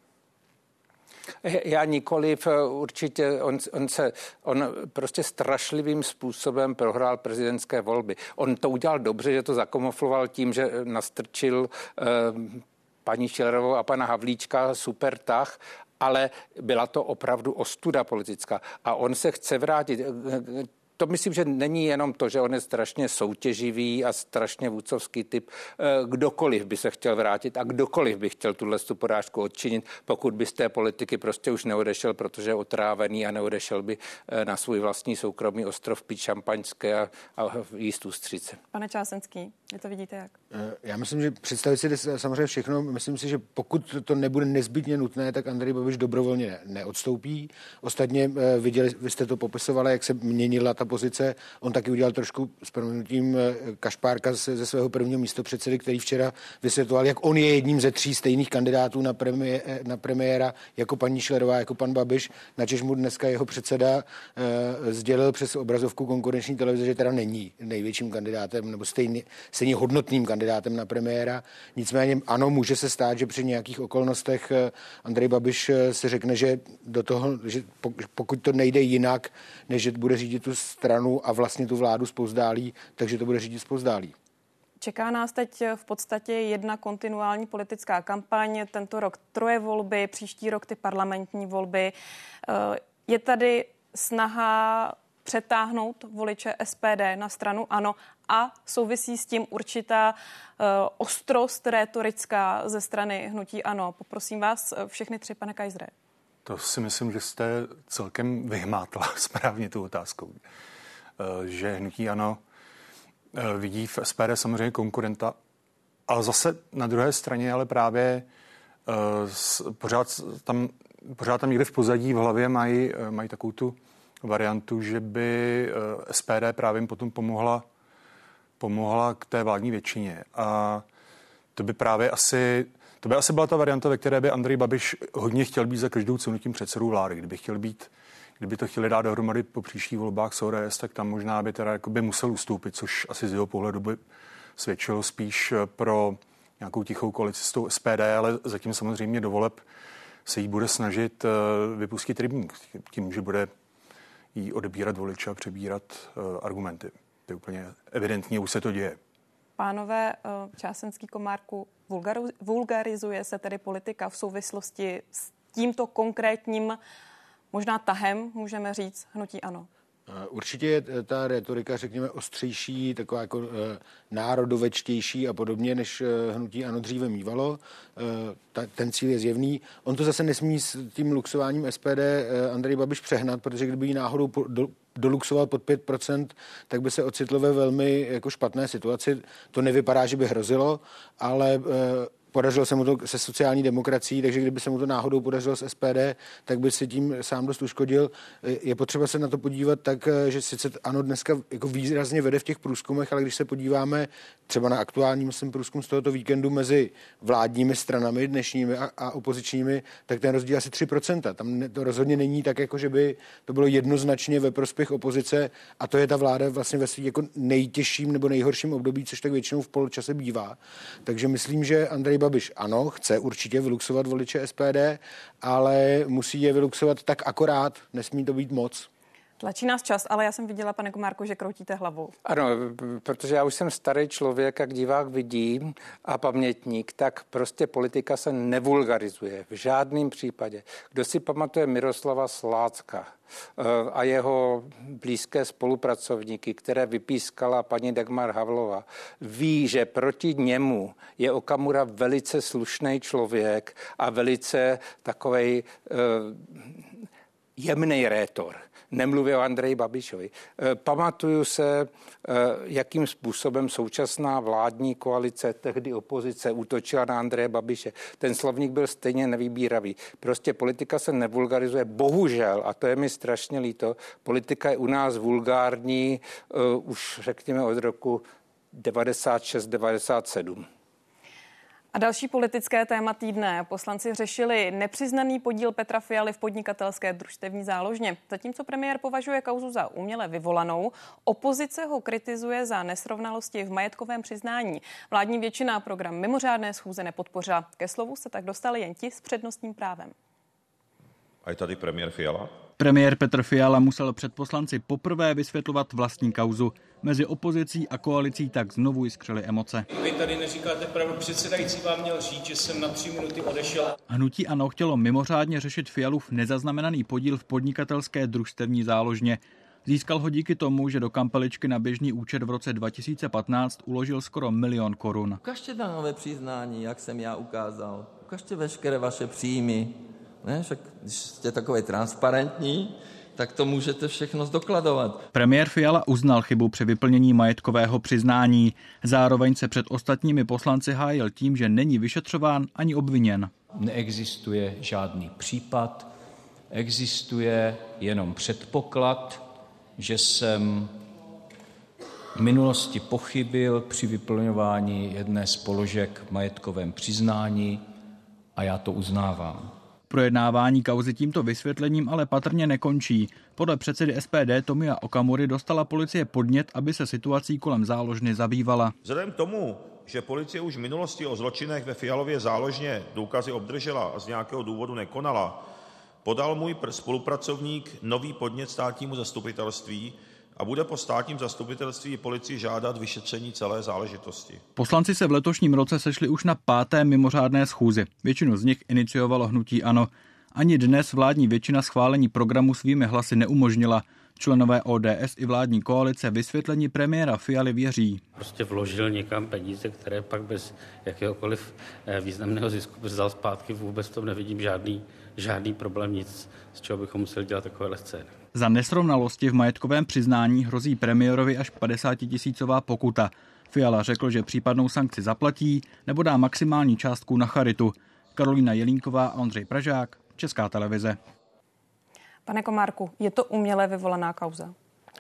[SPEAKER 19] Já nikoliv, určitě on prostě strašlivým způsobem prohrál prezidentské volby. On to udělal dobře, že to zakamufloval tím, že nastrčil paní Schillerovou a pana Havlíčka super tah, ale byla to opravdu ostuda politická. A on se chce vrátit. To myslím, že není jenom to, že on je strašně soutěživý a strašně vůdcovský typ. Kdokoliv by se chtěl vrátit a kdokoliv by chtěl tuhle porážku odčinit, pokud by z té politiky prostě už neodešel, protože je otrávený a neodešel by na svůj vlastní soukromý ostrov pít šampaňské a jíst ústřice.
[SPEAKER 1] Pane Čásenský, vy to vidíte jak?
[SPEAKER 17] Já myslím, že představit si samozřejmě všechno. Myslím si, že pokud to nebude nezbytně nutné, tak Andrej Babiš dobrovolně neodstoupí. Ostatně vy jste to popisovali, jak se měnila ta pozice. On taky udělal trošku s prominutím kašpárka ze svého prvního místopředsedy, který včera vysvětloval, jak on je jedním ze 3 stejných kandidátů na premiéra jako paní Schillerová, jako pan Babiš, načež mu dneska jeho předseda sdělil přes obrazovku konkurenční televize, že teda není největším kandidátem nebo stejně hodnotným kandidátem na premiéra. Nicméně ano, může se stát, že při nějakých okolnostech Andrej Babiš si řekne, že do toho, že pokud to nejde jinak, než že bude řídit tu stranu a vlastně tu vládu zpovzdálí, takže to bude řídit zpovzdálí.
[SPEAKER 1] Čeká nás teď v podstatě jedna kontinuální politická kampaň, tento rok 3 volby, příští rok ty parlamentní volby. Je tady snaha přetáhnout voliče SPD na stranu ANO a souvisí s tím určitá ostrost rétorická ze strany hnutí ANO. Poprosím vás všechny 3, pane Kajzre.
[SPEAKER 18] To si myslím, že jste celkem vyhmátla správně tu otázkou. Že hnutí ANO vidí v SPD samozřejmě konkurenta, ale zase na druhé straně, ale právě pořád tam někde v pozadí v hlavě mají takovou tu variantu, že by SPD právě jim potom pomohla k té vládní většině. A to by asi byla ta varianta, ve které by Andrej Babiš hodně chtěl být za každou cenu tím předsedou vlády. Kdyby to chtěli dát dohromady po příštích volbách s ODS, tak tam možná by teda jakoby musel ustoupit, což asi z jeho pohledu by svědčilo spíš pro nějakou tichou koalici s tou SPD, ale zatím samozřejmě do voleb se jí bude snažit vypustit rybník tím, že bude jí odebírat voliče a přebírat argumenty. To je úplně evidentně, už se to děje.
[SPEAKER 1] Pánové, Čásenský, Komárku, vulgarizuje se tedy politika v souvislosti s tímto konkrétním možná tahem, můžeme říct, hnutí ANO?
[SPEAKER 17] Určitě je ta retorika, řekněme, ostřejší, taková jako národovečtější a podobně, než hnutí ANO dříve mívalo. Ten cíl je zjevný. On to zase nesmí s tím luxováním SPD Andrej Babiš přehnat, protože kdyby ji náhodou doluxoval pod 5%, tak by se ocitlo ve velmi jako špatné situaci. To nevypadá, že by hrozilo, ale podařilo se mu to se sociální demokracií, takže kdyby se mu to náhodou podařilo s SPD, tak by si tím sám dost uškodil. Je potřeba se na to podívat tak, že sice ANO dneska jako výrazně vede v těch průzkumech, ale když se podíváme třeba na aktuální, myslím, průzkum z tohoto víkendu mezi vládními stranami dnešními a opozičními, tak ten rozdíl asi 3%. Tam to rozhodně není tak, jako že by to bylo jednoznačně ve prospěch opozice a to je ta vláda vlastně ve svým jako nejtěžším nebo nejhorším období, což tak většinou v poločase bývá. Takže myslím, že Andrej Babiš ano, chce určitě vyluxovat voliče SPD, ale musí je vyluxovat tak akorát, nesmí to být moc.
[SPEAKER 1] Tlačí nás čas, ale já jsem viděla, pane Komárku, že kroutíte hlavou.
[SPEAKER 19] Ano, protože já už jsem starý člověk, jak divák vidí a pamětník, tak prostě politika se nevulgarizuje v žádném případě. Kdo si pamatuje Miroslava Sládska a jeho blízké spolupracovníky, které vypískala paní Dagmar Havlová, ví, že proti němu je Okamura velice slušný člověk a velice takovej jemnej rétor. Nemluvím o Andreji Babišovi. Pamatuju se, jakým způsobem současná vládní koalice, tehdy opozice, útočila na Andreje Babiše. Ten slovník byl stejně nevybíravý. Prostě politika se nevulgarizuje. Bohužel, a to je mi strašně líto, politika je u nás vulgární už řekněme od roku 96-97.
[SPEAKER 1] A další politické téma týdne. Poslanci řešili nepřiznaný podíl Petra Fialy v podnikatelské družstevní záložně. Zatímco premiér považuje kauzu za uměle vyvolanou, opozice ho kritizuje za nesrovnalosti v majetkovém přiznání. Vládní většina program mimořádné schůze nepodpořila. Ke slovu se tak dostali jen ti s přednostním právem.
[SPEAKER 20] A je tady premiér Fiala?
[SPEAKER 21] Premiér Petr Fiala musel před poslanci poprvé vysvětlovat vlastní kauzu. Mezi opozicí a koalicí tak znovu jiskřily emoce.
[SPEAKER 22] Vy tady neříkáte pravdu, předsedající vám měl říct, že jsem na 3 minuty odešel.
[SPEAKER 21] Hnutí ANO chtělo mimořádně řešit Fialův nezaznamenaný podíl v podnikatelské družstevní záložně. Získal ho díky tomu, že do kampeličky na běžný účet v roce 2015 uložil skoro 1 000 000 korun.
[SPEAKER 6] Ukažte daňové přiznání, jak jsem já ukázal. Ukažte veškeré vaše příjmy. Ne, však když jste takový transparentní, tak to můžete všechno zdokladovat.
[SPEAKER 21] Premiér Fiala uznal chybu při vyplnění majetkového přiznání. Zároveň se před ostatními poslanci hájil tím, že není vyšetřován ani obviněn.
[SPEAKER 23] Neexistuje žádný případ, existuje jenom předpoklad, že jsem v minulosti pochybil při vyplňování jedné z položek v majetkovém přiznání a já to uznávám.
[SPEAKER 21] Projednávání kauzy tímto vysvětlením ale patrně nekončí. Podle předsedy SPD Tomia Okamury dostala policie podnět, aby se situací kolem záložny zabývala.
[SPEAKER 20] Vzhledem k tomu, že policie už v minulosti o zločinech ve Fialově záložně důkazy obdržela a z nějakého důvodu nekonala, podal můj spolupracovník nový podnět státnímu zastupitelství a bude po státním zastupitelství policii žádat vyšetření celé záležitosti.
[SPEAKER 21] Poslanci se v letošním roce sešli už na 5. mimořádné schůzi. Většinu z nich iniciovalo hnutí ANO. Ani dnes vládní většina schválení programu svými hlasy neumožnila. Členové ODS i vládní koalice vysvětlení premiéra Fialy věří.
[SPEAKER 24] Prostě vložil někam peníze, které pak bez jakéhokoliv významného zisku vzal zpátky. Vůbec v tom nevidím žádný problém, nic, z čeho bychom museli dělat takovéhle scény.
[SPEAKER 21] Za nesrovnalosti v majetkovém přiznání hrozí premiérovi až 50 000 pokuta. Fiala řekl, že případnou sankci zaplatí nebo dá maximální částku na charitu. Karolína Jelínková a Ondřej Pražák, Česká televize.
[SPEAKER 1] Pane Komárku, je to uměle vyvolaná kauza?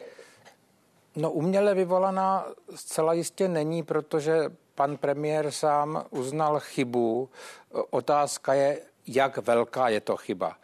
[SPEAKER 19] No uměle vyvolaná zcela jistě není, protože pan premiér sám uznal chybu. Otázka je, jak velká je to chyba.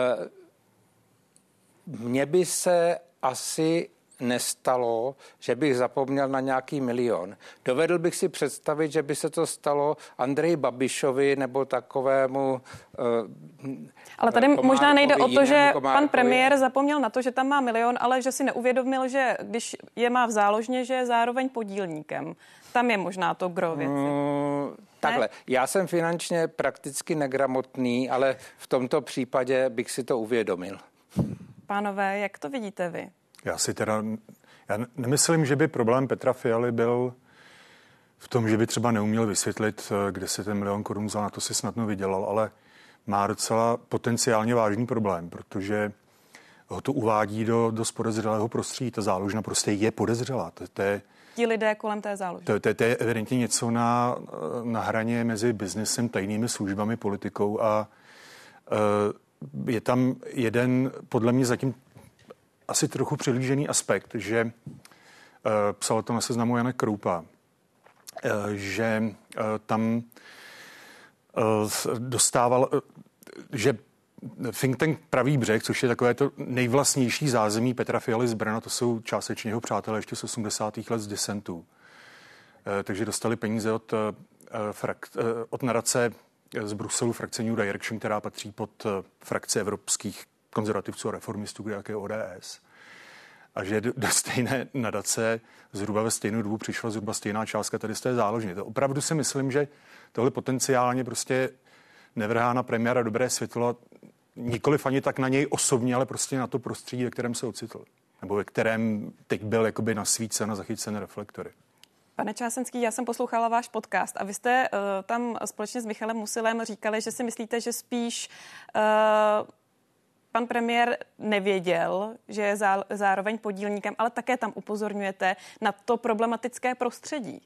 [SPEAKER 19] Mně by se asi nestalo, že bych zapomněl na nějaký 1 000 000. Dovedl bych si představit, že by se to stalo Andreji Babišovi nebo takovému...
[SPEAKER 1] Ale tady možná nejde o to, že pan premiér zapomněl na to, že tam má 1 000 000, ale že si neuvědomil, že když je má v záložně, že je zároveň podílníkem. Tam je možná to gro věci.
[SPEAKER 19] Takhle, já jsem finančně prakticky negramotný, ale v tomto případě bych si to uvědomil.
[SPEAKER 1] Pánové, jak to vidíte vy?
[SPEAKER 18] Já nemyslím, že by problém Petra Fialy byl v tom, že by třeba neuměl vysvětlit, kde se ten 1 000 000 korun vzal, na to si snadno vydělal, ale má docela potenciálně vážný problém, protože ho to uvádí do podezřelého prostředí. Ta záložna prostě je podezřelá.
[SPEAKER 1] Ti lidé kolem té záložny.
[SPEAKER 18] To je evidentně něco na hraně mezi biznesem, tajnými službami, politikou a je tam jeden, podle mě zatím asi trochu přehlížený aspekt, že psal to na Seznamu Janek Kroupa, že tam dostával, že think tank Pravý břeh, což je takové to nejvlastnější zázemí Petra Fialy z Brna, to jsou částečně jeho přátelé ještě z 80. let z disentů. Takže dostali peníze od nadace z Bruselu, frakce New Direction, která patří pod frakci evropských konzervativců a reformistů, kde je ODS. a že do stejné nadace zhruba ve stejnou dobu přišla zhruba stejná částka tady z té záložny. To opravdu si myslím, že tohle potenciálně prostě nevrhá na premiéra dobré světlo, nikoliv ani tak na něj osobně, ale prostě na to prostředí, ve kterém se ocitl. Nebo ve kterém teď byl jakoby nasvícen a zachycen reflektory.
[SPEAKER 1] Pane Čásenský, já jsem poslouchala váš podcast a vy jste tam společně s Michalem Musilem říkali, že si myslíte, že spíš pan premiér nevěděl, že je zároveň podílníkem, ale také tam upozorňujete na to problematické prostředí.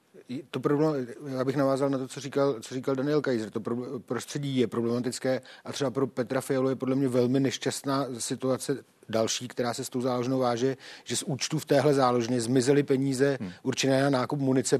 [SPEAKER 17] Já bych navázal na to, co říkal Daniel Kaiser. To prostředí je problematické a třeba pro Petra Fialu je podle mě velmi nešťastná situace další, která se s tou záložnou váže, že z účtu v téhle záložně zmizely peníze určené na nákup munice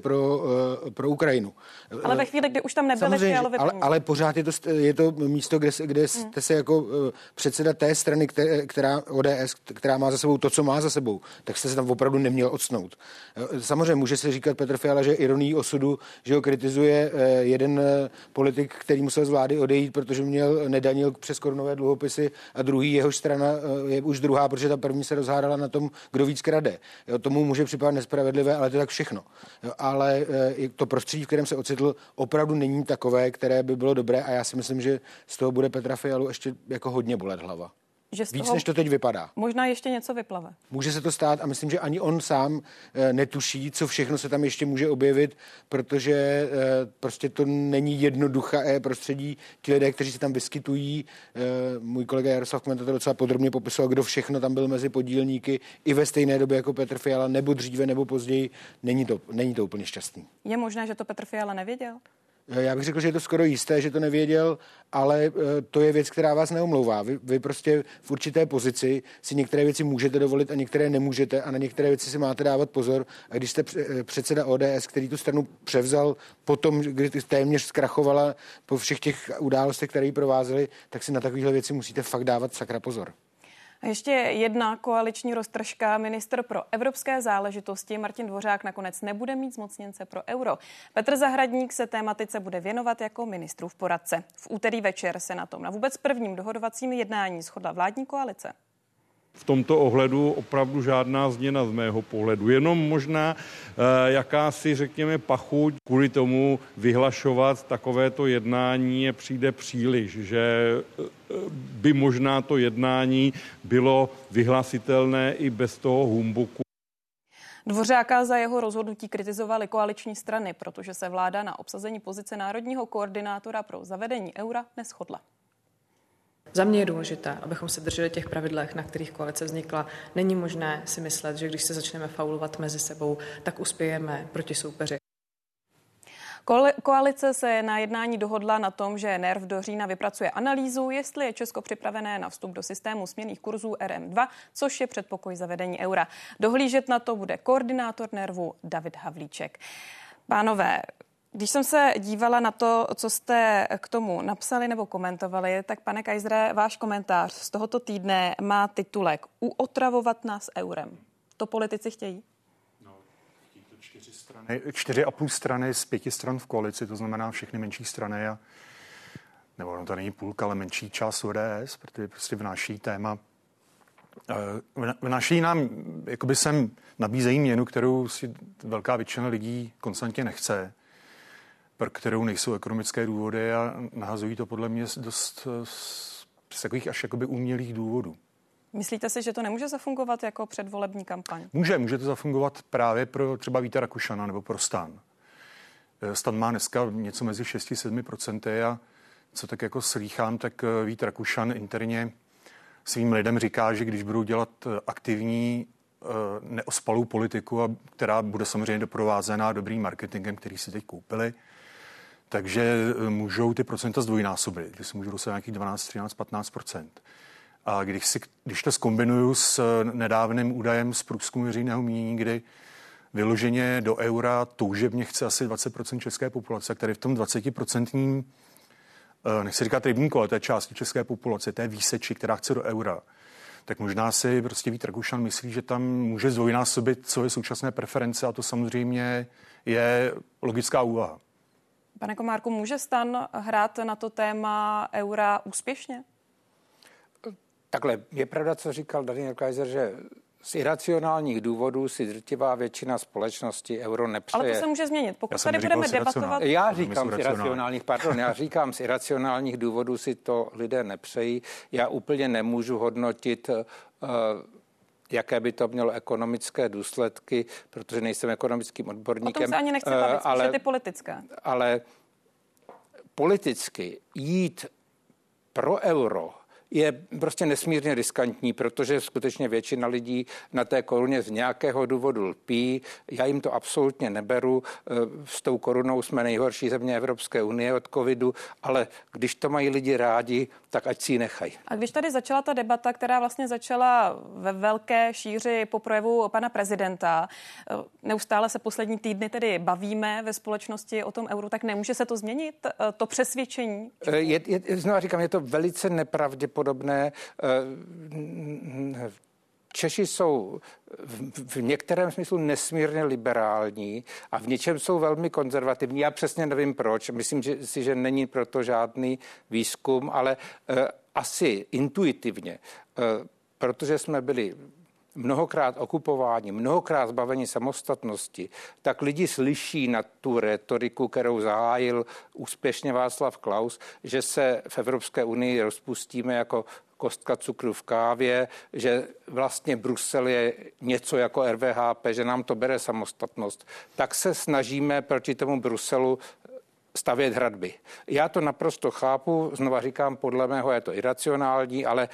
[SPEAKER 17] pro Ukrajinu.
[SPEAKER 1] Ale ve chvíli, kdy už tam nebyly Fialovy peníze.
[SPEAKER 17] Ale pořád je to místo, kde jste se jako předseda té strany, která ODS, která má za sebou to, co má za sebou, tak jste se tam opravdu neměl odsnout. Samozřejmě může se říkat Petr Fiala, že ironií osudu, že ho kritizuje jeden politik, který musel z vlády odejít, protože nedanil přes korunové dluhopisy a druhý, jehož strana je už druhá, protože ta první se rozhádala na tom, kdo víc krade. Tomu může připadat nespravedlivé, ale to je tak všechno. Ale to prostředí, v kterém se ocitl, opravdu není takové, které by bylo dobré a já si myslím, že z toho bude Petra Fialu ještě jako hodně bolet hlava. Víc, než to teď vypadá.
[SPEAKER 1] Možná ještě něco vyplave.
[SPEAKER 17] Může se to stát a myslím, že ani on sám netuší, co všechno se tam ještě může objevit, protože prostě to není jednoduché prostředí. Ti lidé, kteří se tam vyskytují, můj kolega Jaroslav Kmenta to docela podrobně popisoval, kdo všechno tam byl mezi podílníky i ve stejné době jako Petr Fiala, nebo dříve, nebo později. Není to úplně šťastný.
[SPEAKER 1] Je možné, že to Petr Fiala nevěděl?
[SPEAKER 17] Já bych řekl, že je to skoro jisté, že to nevěděl, ale to je věc, která vás neomlouvá. Vy prostě v určité pozici si některé věci můžete dovolit a některé nemůžete a na některé věci si máte dávat pozor. A když jste předseda ODS, který tu stranu převzal potom, kdy téměř zkrachovala po všech těch událostech, které ji provázely, tak si na takovéhle věci musíte fakt dávat sakra pozor.
[SPEAKER 1] A ještě jedna koaliční roztržka. Ministr pro evropské záležitosti Martin Dvořák nakonec nebude mít zmocněnce pro euro. Petr Zahradník se tématice bude věnovat jako ministrův poradce. V úterý večer se na tom na vůbec prvním dohodovacím jednání shodla vládní koalice.
[SPEAKER 3] V tomto ohledu opravdu žádná změna z mého pohledu. Jenom možná jakási, řekněme, pachuť kvůli tomu vyhlašovat takovéto jednání přijde příliš, že by možná to jednání bylo vyhlasitelné i bez toho humbuku.
[SPEAKER 1] Dvořáka za jeho rozhodnutí kritizovali koaliční strany, protože se vláda na obsazení pozice národního koordinátora pro zavedení eura neshodla.
[SPEAKER 4] Za mě je důležité, abychom se drželi těch pravidlech, na kterých koalice vznikla. Není možné si myslet, že když se začneme faulovat mezi sebou, tak uspějeme proti soupeři.
[SPEAKER 1] Koalice se na jednání dohodla na tom, že NERV do října vypracuje analýzu, jestli je Česko připravené na vstup do systému směnných kurzů RM2, což je předpokoj zavedení eura. Dohlížet na to bude koordinátor NERVu David Havlíček. Pánové, když jsem se dívala na to, co jste k tomu napsali nebo komentovali, tak pane Kaisere, váš komentář z tohoto týdne má titulek Uotravovat nás eurem. To politici chtějí?
[SPEAKER 18] No, chtějí to 4,5 strany z 5 stran v koalici, to znamená všechny menší strany nebo no to není půlka, ale menší část ODS, protože prostě vnáší téma. Vnáší nám, jakoby sem nabízejí měnu, kterou si velká většina lidí konstantně nechce, pro kterou nejsou ekonomické důvody a nahazují to podle mě dost z takových až jakoby umělých důvodů.
[SPEAKER 1] Myslíte si, že to nemůže zafungovat jako předvolební kampaň?
[SPEAKER 18] Může to zafungovat právě pro třeba Víta Rakušana nebo pro STAN. STAN má dneska něco mezi 6-7% a co tak jako slýchám, tak Vít Rakušan interně svým lidem říká, že když budou dělat aktivní neospalou politiku, která bude samozřejmě doprovázená dobrým marketingem, který si teď koupili, takže můžou ty procenta zdvojnásobit, že si můžou dosáhnout nějakých 12, 13, 15%. A když to zkombinuju s nedávným údajem z průzkumu veřejného mínění, kdy vyloženě do eura toužebně chce asi 20% české populace, který v tom 20%, nechci říkat rybníku, ale té části české populace, té výseči, která chce do eura, tak možná si prostě Vít Rakušan myslí, že tam může zdvojnásobit svoje současné preference a to samozřejmě je logická úvaha.
[SPEAKER 1] Pane Komárku, může STAN hrát na to téma eura úspěšně?
[SPEAKER 19] Takhle, je pravda, co říkal Daniel Kaiser, že z iracionálních důvodů si drtivá většina společnosti euro nepřeje.
[SPEAKER 1] Ale to se může změnit. Pokud tady budeme debatovat...
[SPEAKER 19] Já říkám z iracionálních důvodů si to lidé nepřejí. Já úplně nemůžu hodnotit, jaké by to mělo ekonomické důsledky, protože nejsem ekonomickým odborníkem.
[SPEAKER 1] O tom se ani nechci bavit, ale ty politické.
[SPEAKER 19] Ale politicky jít pro euro je prostě nesmírně riskantní, protože skutečně většina lidí na té koruně z nějakého důvodu lpí. Já jim to absolutně neberu. S tou korunou jsme nejhorší země Evropské unie od covidu, ale když to mají lidi rádi, tak ať si ji nechají.
[SPEAKER 1] A když tady začala ta debata, která vlastně začala ve velké šíři po projevu pana prezidenta, neustále se poslední týdny tedy bavíme ve společnosti o tom euru, tak nemůže se to změnit, to přesvědčení?
[SPEAKER 19] Znovu říkám, je to velice nepravděpodobné. Češi jsou v některém smyslu nesmírně liberální a v něčem jsou velmi konzervativní. Já přesně nevím proč. Myslím si, že není proto žádný výzkum, ale asi intuitivně, protože jsme byli mnohokrát okupováni, mnohokrát zbaveni samostatnosti, tak lidi slyší na tu retoriku, kterou zahájil úspěšně Václav Klaus, že se v Evropské unii rozpustíme jako kostka cukru v kávě, že vlastně Brusel je něco jako RVHP, že nám to bere samostatnost. Tak se snažíme proti tomu Bruselu stavět hradby. Já to naprosto chápu, znova říkám, podle mého je to iracionální, ale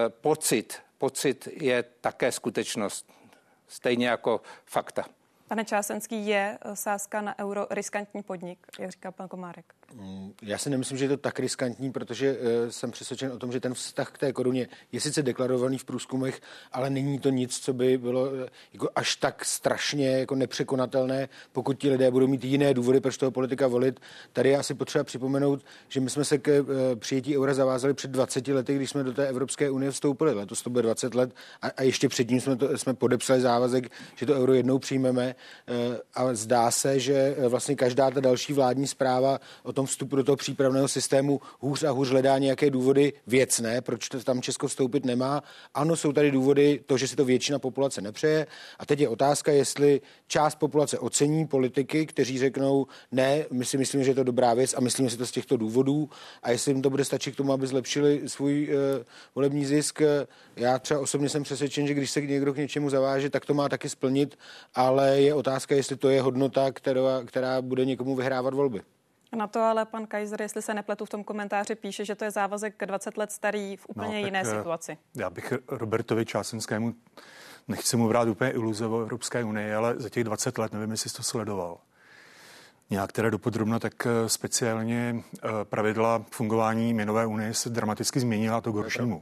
[SPEAKER 19] pocit je také skutečnost, stejně jako fakta.
[SPEAKER 1] Pane Čásenský, je sázka na euro riskantní podnik, jak říká pan Komárek?
[SPEAKER 17] Já si nemyslím, že je to tak riskantní, protože jsem přesvědčen o tom, že ten vztah k té koruně je sice deklarovaný v průzkumech, ale není to nic, co by bylo jako až tak strašně jako nepřekonatelné, pokud ti lidé budou mít jiné důvody, proč toho politika volit. Tady je asi potřeba připomenout, že my jsme se k přijetí eura zavázali před 20 lety, když jsme do té Evropské unie vstoupili. Letos to bude 20 let a ještě předtím jsme podepsali závazek, že to euro jednou přijmeme. A zdá se, že vlastně každá ta další vládní zpráva o tom vstupu do toho přípravného systému hůř a hůř hledá nějaké důvody věcné, proč to tam Česko vstoupit nemá. Ano, jsou tady důvody, to, že si to většina populace nepřeje. A teď je otázka, jestli část populace ocení politiky, kteří řeknou, ne, my si myslíme, že je to dobrá věc a myslíme si to z těchto důvodů, a jestli jim to bude stačit k tomu, aby zlepšili svůj volební zisk. Já třeba osobně jsem přesvědčen, že když se někdo k něčemu zaváže, tak to má taky splnit, ale je otázka, jestli to je hodnota, která bude někomu vyhrávat volby.
[SPEAKER 1] Na to ale pan Kaiser, jestli se nepletu, v tom komentáři píše, že to je závazek 20 let starý v úplně jiné situaci. Já bych
[SPEAKER 18] Robertovi Čásenskému, nechci mu brát úplně iluze o Evropské unii, ale za těch 20 let, nevím, jestli jsi to sledoval, nějak teda dopodrobna, tak speciálně pravidla fungování měnové unie se dramaticky změnila to k horšímu.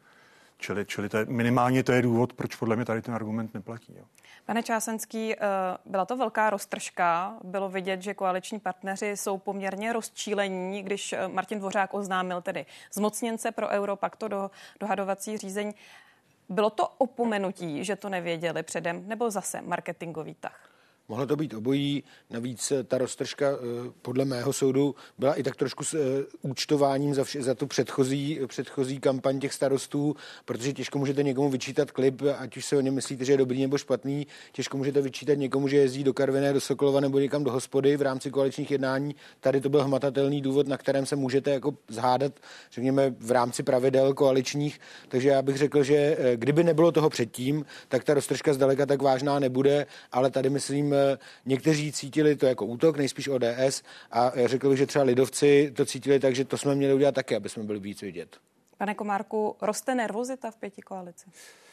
[SPEAKER 18] Čili to je, minimálně to je důvod, proč podle mě tady ten argument neplatí. Jo.
[SPEAKER 1] Pane Čásenský, byla to velká roztržka. Bylo vidět, že koaliční partneři jsou poměrně rozčílení, když Martin Dvořák oznámil tedy zmocněnce pro euro, pak to dohadovací řízení. Bylo to opomenutí, že to nevěděli předem, nebo zase marketingový tah?
[SPEAKER 17] Mohlo to být obojí, navíc ta roztržka podle mého soudu byla i tak trošku s účtováním za tu předchozí kampaň těch starostů, protože těžko můžete někomu vyčítat klip, ať už se o něm myslíte, že je dobrý nebo špatný, těžko můžete vyčítat někomu, že jezdí do Karviné, do Sokolova nebo někam do hospody v rámci koaličních jednání. Tady to byl hmatatelný důvod, na kterém se můžete jako zhádat, řekněme, v rámci pravidel koaličních, takže já bych řekl, že kdyby nebylo toho předtím, tak ta roztržka zdaleka tak vážná nebude, ale tady myslím, někteří cítili to jako útok, nejspíš ODS, a řekl bych, že třeba lidovci to cítili tak, že to jsme měli udělat taky, aby jsme byli víc vidět.
[SPEAKER 1] Pane Komárku, roste nervozita v pětikoalici?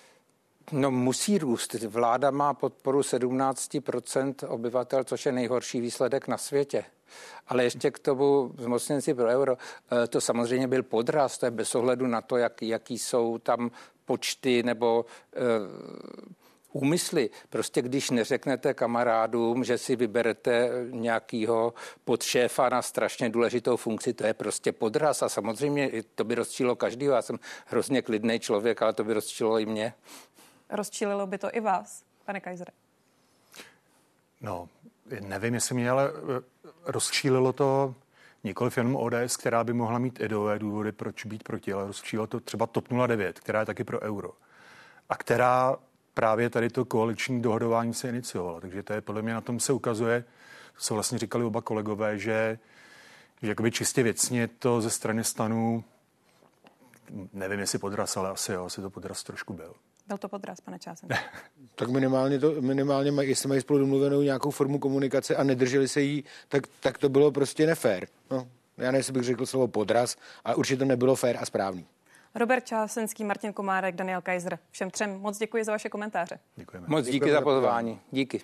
[SPEAKER 19] No musí růst. Vláda má podporu 17% obyvatel, což je nejhorší výsledek na světě. Ale ještě k tomu zmocněnci pro euro, to samozřejmě byl podraz, to je bez ohledu na to, jaký jsou tam počty nebo úmysly. Prostě když neřeknete kamarádům, že si vyberete nějakýho podšéfa na strašně důležitou funkci, to je prostě podraz a samozřejmě to by rozčílilo každýho. Já jsem hrozně klidný člověk, ale to by rozčílilo i mě.
[SPEAKER 1] Rozčílilo by to i vás, pane Kaisere?
[SPEAKER 18] No, nevím, jestli mě, ale rozčílilo to nikoliv jenom ODS, která by mohla mít ideové důvody, proč být proti, ale rozčílilo to třeba TOP 09, která je taky pro euro. A která právě tady to koaliční dohodování se iniciovalo. Takže to je podle mě na tom se ukazuje, co vlastně říkali oba kolegové, že jakoby čistě věcně to ze strany STANu, nevím, jestli podraz, ale asi to podraz trošku byl.
[SPEAKER 1] Byl to podraz, pane Čásenský.
[SPEAKER 17] Tak minimálně jestli mají spolu domluvenou nějakou formu komunikace a nedrželi se jí, tak to bylo prostě nefér. No, já nevím, jestli bych řekl slovo podraz, ale určitě to nebylo fér a správný.
[SPEAKER 1] Robert Čásenský, Martin Komárek, Daniel Kaiser. Všem třem moc děkuji za vaše komentáře.
[SPEAKER 18] Děkujeme.
[SPEAKER 19] Moc díky za pozvání. Díky.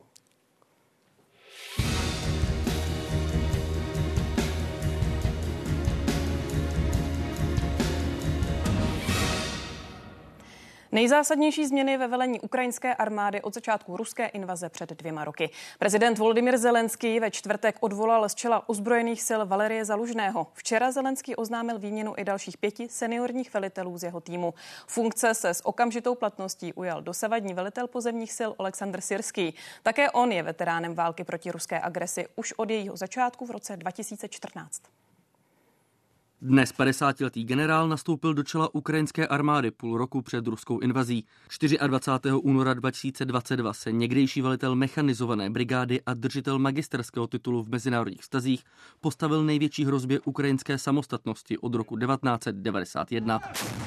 [SPEAKER 1] Nejzásadnější změny ve velení ukrajinské armády od začátku ruské invaze před 2 roky. Prezident Volodymyr Zelenský ve čtvrtek odvolal z čela ozbrojených sil Valerie Zalužného. Včera Zelenský oznámil výměnu i dalších 5 seniorních velitelů z jeho týmu. Funkce se s okamžitou platností ujal dosavadní velitel pozemních sil Oleksandr Syrský. Také on je veteránem války proti ruské agresi už od jejího začátku v roce 2014.
[SPEAKER 5] Dnes 50letý generál nastoupil do čela ukrajinské armády půl roku před ruskou invazí. 24. února 2022 se někdejší velitel mechanizované brigády a držitel magisterského titulu v mezinárodních vztazích postavil největší hrozbě ukrajinské samostatnosti od roku 1991.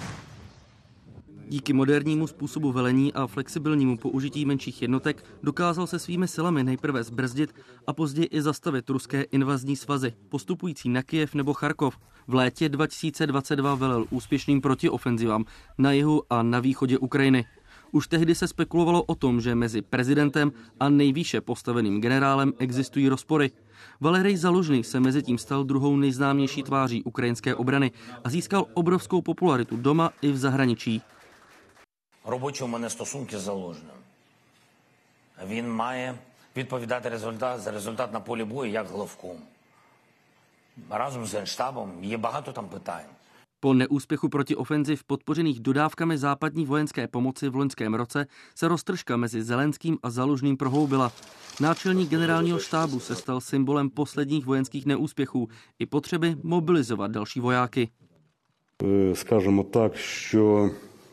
[SPEAKER 5] Díky modernímu způsobu velení a flexibilnímu použití menších jednotek dokázal se svými silami nejprve zbrzdit a později i zastavit ruské invazní svazy, postupující na Kyjev nebo Charkov. V létě 2022 velel úspěšným protiofenzivám na jihu a na východě Ukrajiny. Už tehdy se spekulovalo o tom, že mezi prezidentem a nejvýše postaveným generálem existují rozpory. Valerij Zalužný se mezitím stal druhou nejznámější tváří ukrajinské obrany a získal obrovskou popularitu doma i v zahraničí.
[SPEAKER 7] Робочі у мене стосунки з Залужним. Він має відповідати за результат на полі бою як главком. Разом з Генштабом є багато там питань.
[SPEAKER 5] Po neúspěchu protiofenziv podpořených dodávkami západní vojenské pomoci v loňském roce se roztržka mezi Zelenským a Zalužným prohloubila. Náčelník generálního štábu se stal symbolem posledních vojenských neúspěchů i potřeby mobilizovat další vojáky.
[SPEAKER 8] Скажемо так, що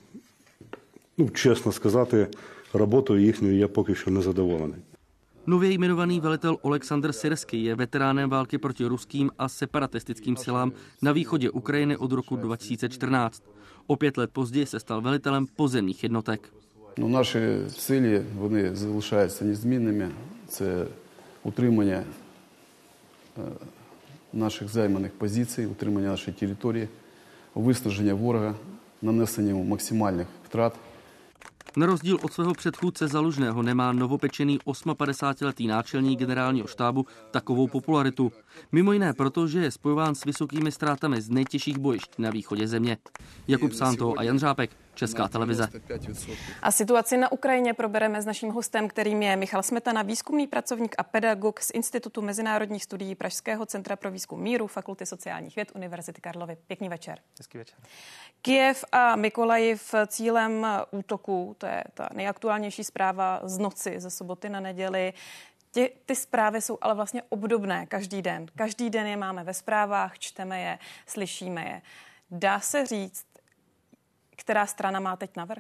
[SPEAKER 8] чесно сказати, роботою їхньою я поки що не задоволений.
[SPEAKER 5] Nově jmenovaný velitel Oleksandr Syrský je veteránem války proti ruským a separatistickým silám na východě Ukrajiny od roku 2014. O 5 let později se stal velitelem pozemních jednotek.
[SPEAKER 9] Наші цілі, вони залишаються незмінними. Це утримання наших займаних позицій, утримання нашої території, виснаження ворога, нанесення максимальних втрат.
[SPEAKER 5] Na rozdíl od svého předchůdce Zalužného nemá novopečený 58letý náčelník generálního štábu takovou popularitu. Mimo jiné proto, že je spojován s vysokými ztrátami z nejtěžších bojišť na východě země. Jakub Sánto a Jan Řápek, Česká televize.
[SPEAKER 1] A situaci na Ukrajině probereme s naším hostem, kterým je Michal Smetana, výzkumný pracovník a pedagog z Institutu mezinárodních studií Pražského centra pro výzkum míru, Fakulty sociálních věd Univerzity Karlovy. Pěkný večer.
[SPEAKER 25] Hezký večer.
[SPEAKER 1] Kyjev a Mykolajiv cílem útoku, to je ta nejaktuálnější zpráva z noci, ze soboty na neděli. Ty zprávy jsou ale vlastně obdobné každý den. Každý den je máme ve zprávách, čteme je, slyšíme je. Dá se říct, která strana má teď navrch?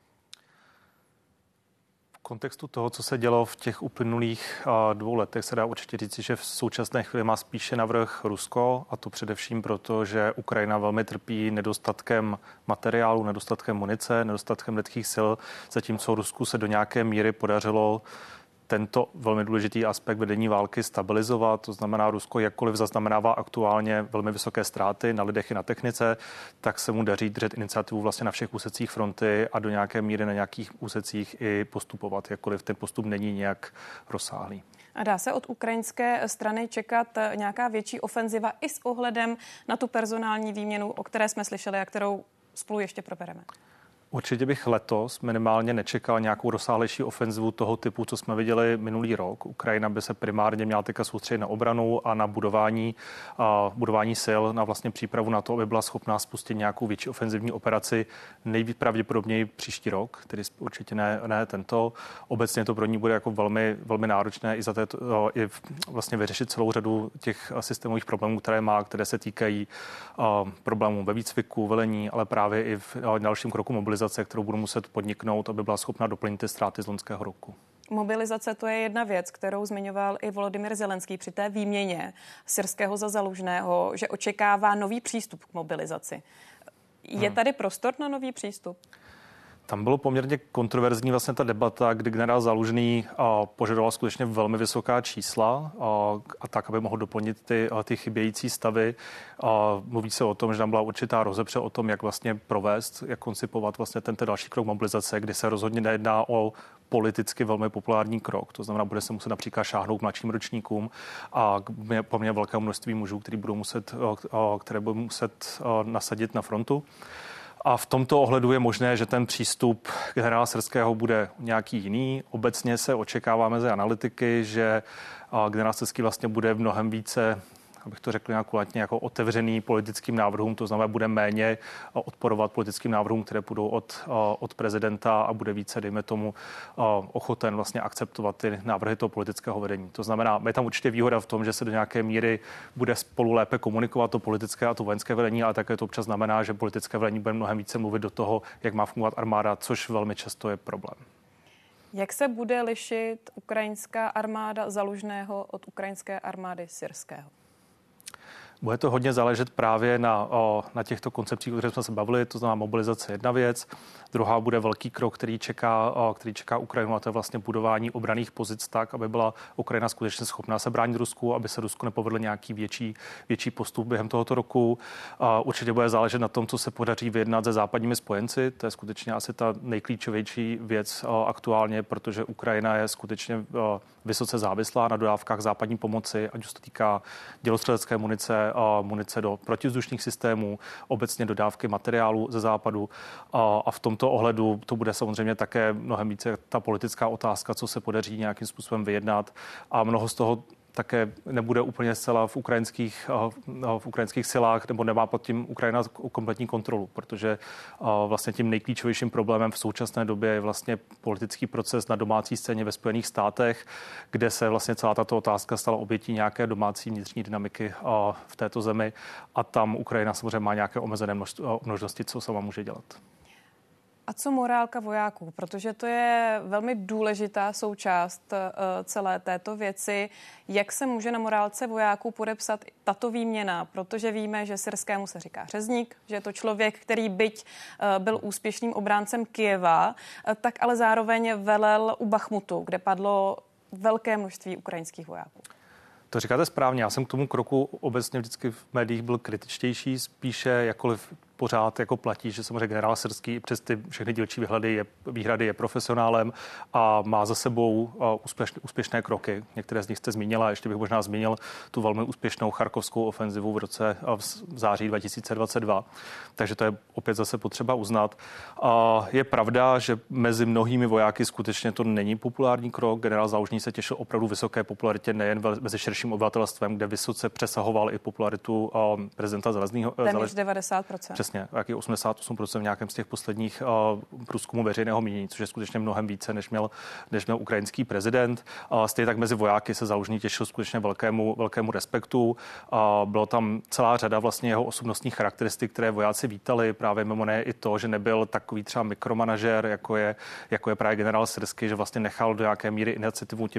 [SPEAKER 25] V kontextu toho, co se dělo v těch uplynulých 2 letech, se dá určitě říct, že v současné chvíli má spíše navrch Rusko, a to především proto, že Ukrajina velmi trpí nedostatkem materiálu, nedostatkem munice, nedostatkem lidských sil, zatímco Rusku se do nějaké míry podařilo tento velmi důležitý aspekt vedení války stabilizovat. To znamená, Rusko jakkoliv zaznamenává aktuálně velmi vysoké ztráty na lidech i na technice, tak se mu daří držet iniciativu vlastně na všech úsecích fronty a do nějaké míry na nějakých úsecích i postupovat, jakkoliv ten postup není nějak rozsáhlý.
[SPEAKER 1] A dá se od ukrajinské strany čekat nějaká větší ofenziva i s ohledem na tu personální výměnu, o které jsme slyšeli a kterou spolu ještě probereme?
[SPEAKER 25] Určitě bych letos minimálně nečekal nějakou rozsáhlejší ofenzivu toho typu, co jsme viděli minulý rok. Ukrajina by se primárně měla teďka soustředit na obranu a na budování sil, na vlastně přípravu na to, aby byla schopná spustit nějakou větší ofenzivní operaci nejvíc pravděpodobněji příští rok, tedy určitě ne tento. Obecně to pro ní bude jako velmi, velmi náročné i vlastně vyřešit celou řadu těch systémových problémů, které se týkají problémů ve výcviku, velení, ale právě i v dalším kroku mobilizace mobilizace, kterou budou muset podniknout, aby byla schopna doplnit ty ztráty z loňského roku.
[SPEAKER 1] Mobilizace, to je jedna věc, kterou zmiňoval i Volodymyr Zelenský při té výměně Syrského za Zalužného, že očekává nový přístup k mobilizaci. Je tady prostor na nový přístup?
[SPEAKER 25] Tam bylo poměrně kontroverzní vlastně ta debata, kdy generál Zalužný požadoval skutečně velmi vysoká čísla a tak, aby mohl doplnit ty chybějící stavy. Mluví se o tom, že tam byla určitá rozepře o tom, jak vlastně provést, jak koncipovat vlastně tento další krok mobilizace, kdy se rozhodně nejedná o politicky velmi populární krok. To znamená, bude se muset například šáhnout mladším ročníkům a poměrně velké množství mužů, které budou muset nasadit na frontu. A v tomto ohledu je možné, že ten přístup generála Syrského bude nějaký jiný. Obecně se očekává mezi analytiky, že generál Syrský vlastně bude mnohem více, abych to řekl nějak kulatně, jako otevřený politickým návrhům, to znamená, bude méně odporovat politickým návrhům, které půjdou od prezidenta a bude více, dejme tomu, ochoten vlastně akceptovat ty návrhy toho politického vedení. To znamená, je tam určitě výhoda v tom, že se do nějaké míry bude spolu lépe komunikovat to politické a to vojenské vedení, ale také to občas znamená, že politické vedení bude mnohem více mluvit do toho, jak má fungovat armáda, což velmi často je problém.
[SPEAKER 1] Jak se bude lišit ukrajinská armáda Zalužného od ukrajinské armády Syrského?
[SPEAKER 25] Bude to hodně záležet právě na těchto koncepcích, o kterých jsme se bavili, to znamená mobilizace jedna věc. Druhá bude velký krok, který čeká Ukrajinu, a to je vlastně budování obranných pozic tak, aby byla Ukrajina skutečně schopná se bránit Rusku, aby se Rusku nepovedl nějaký větší postup během tohoto roku. Určitě bude záležet na tom, co se podaří vyjednat se západními spojenci. To je skutečně asi ta nejklíčovější věc aktuálně, protože Ukrajina je skutečně vysoce závislá na dodávkách západní pomoci, ať už to týká dělostřelecké munice do protivzdušných systémů, obecně dodávky materiálu ze západu. A v tomto ohledu to bude samozřejmě také mnohem více ta politická otázka, co se podaří nějakým způsobem vyjednat. A mnoho z toho také nebude úplně zcela v ukrajinských silách, nebo nemá pod tím Ukrajina kompletní kontrolu, protože vlastně tím nejklíčovějším problémem v současné době je vlastně politický proces na domácí scéně ve Spojených státech, kde se vlastně celá tato otázka stala obětí nějaké domácí vnitřní dynamiky v této zemi a tam Ukrajina samozřejmě má nějaké omezené možnosti, co sama může dělat.
[SPEAKER 1] A co morálka vojáků? Protože to je velmi důležitá součást celé této věci. Jak se může na morálce vojáků podepsat tato výměna? Protože víme, že Syrskému se říká řezník, že je to člověk, který byť byl úspěšným obráncem Kyjeva, tak ale zároveň velel u Bachmutu, kde padlo velké množství ukrajinských vojáků.
[SPEAKER 25] To říkáte správně. Já jsem k tomu kroku obecně vždycky v médiích byl kritičtější, spíše jakkoliv pořád jako platí, že samozřejmě generál Syrský přes ty všechny dílčí výhrady je profesionálem a má za sebou úspěšné kroky. Některé z nich jste zmínila, ještě bych možná zmínil tu velmi úspěšnou charkovskou ofenzivu v září 2022. Takže to je opět zase potřeba uznat. Je pravda, že mezi mnohými vojáky skutečně to není populární krok. Generál Zalužný se těšil opravdu vysoké popularitě nejen mezi širším obyvatelstvem, kde vysoce přesahoval i popularitu prezidenta Zelenskyho.
[SPEAKER 1] Téměř 90%.
[SPEAKER 25] Přesně, jak je 88% v nějakém z těch posledních průzkumů veřejného mínění, což je skutečně mnohem více, než měl ukrajinský prezident. Stejně tak mezi vojáky se Zalužný těšil skutečně velkému respektu. Bylo tam celá řada vlastně jeho osobnostních charakteristik, které vojáci vítali, právě mimo jiné i to, že nebyl takový třeba mikromanažer, jako je právě generál Syrský, že vlastně nechal do nějaké míry iniciativu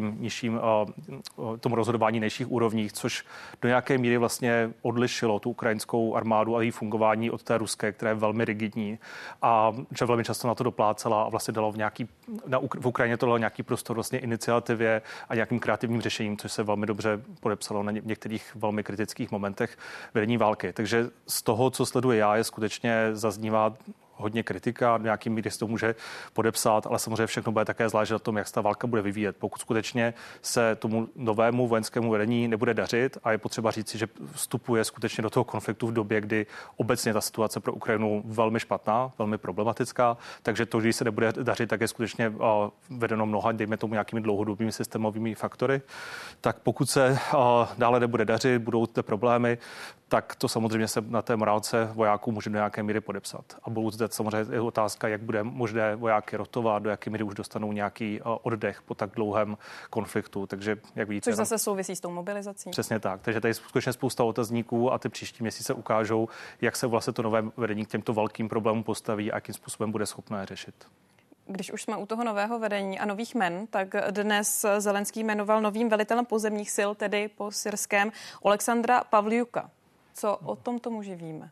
[SPEAKER 25] tomu rozhodování nejvyšších úrovních, což do nějaké míry vlastně odlišilo tu ukrajinskou armádu a její fungování od té ruské, která je velmi rigidní a že velmi často na to doplácela a vlastně dalo v Ukrajině to dalo nějaký prostor vlastně iniciativě a nějakým kreativním řešením, což se velmi dobře podepsalo na některých velmi kritických momentech vedení války. Takže z toho, co sleduji já, je skutečně zaznívá hodně kritika, nějakým míry se to může podepsat, ale samozřejmě všechno bude také záležet na tom, jak se ta válka bude vyvíjet. Pokud skutečně se tomu novému vojenskému vedení nebude dařit a je potřeba říci, že vstupuje skutečně do toho konfliktu v době, kdy obecně ta situace pro Ukrajinu velmi špatná, velmi problematická, takže to, když se nebude dařit, tak je skutečně vedeno mnoha, dejme tomu nějakými dlouhodobými systémovými faktory. Tak pokud se dále nebude dařit, budou ty problémy, tak to samozřejmě se na té morálce vojáků může do nějaké míry podepsat. A budou zde samozřejmě je otázka, jak bude možné vojáky rotovat, do jaké míry už dostanou nějaký oddech po tak dlouhém konfliktu. Takže, jak vidíte,
[SPEAKER 1] což zase souvisí s tou mobilizací.
[SPEAKER 25] Přesně tak. Takže tady je skutečně spousta otazníků a ty příští měsíce ukážou, jak se vlastně to nové vedení k těmto velkým problémům postaví a jakým způsobem bude schopné řešit.
[SPEAKER 1] Když už jsme u toho nového vedení a nových men, tak dnes Zelenský jmenoval novým velitelem pozemních sil, tedy po syrském, Oleksandra Pavliuka. Co o tomto muži víme?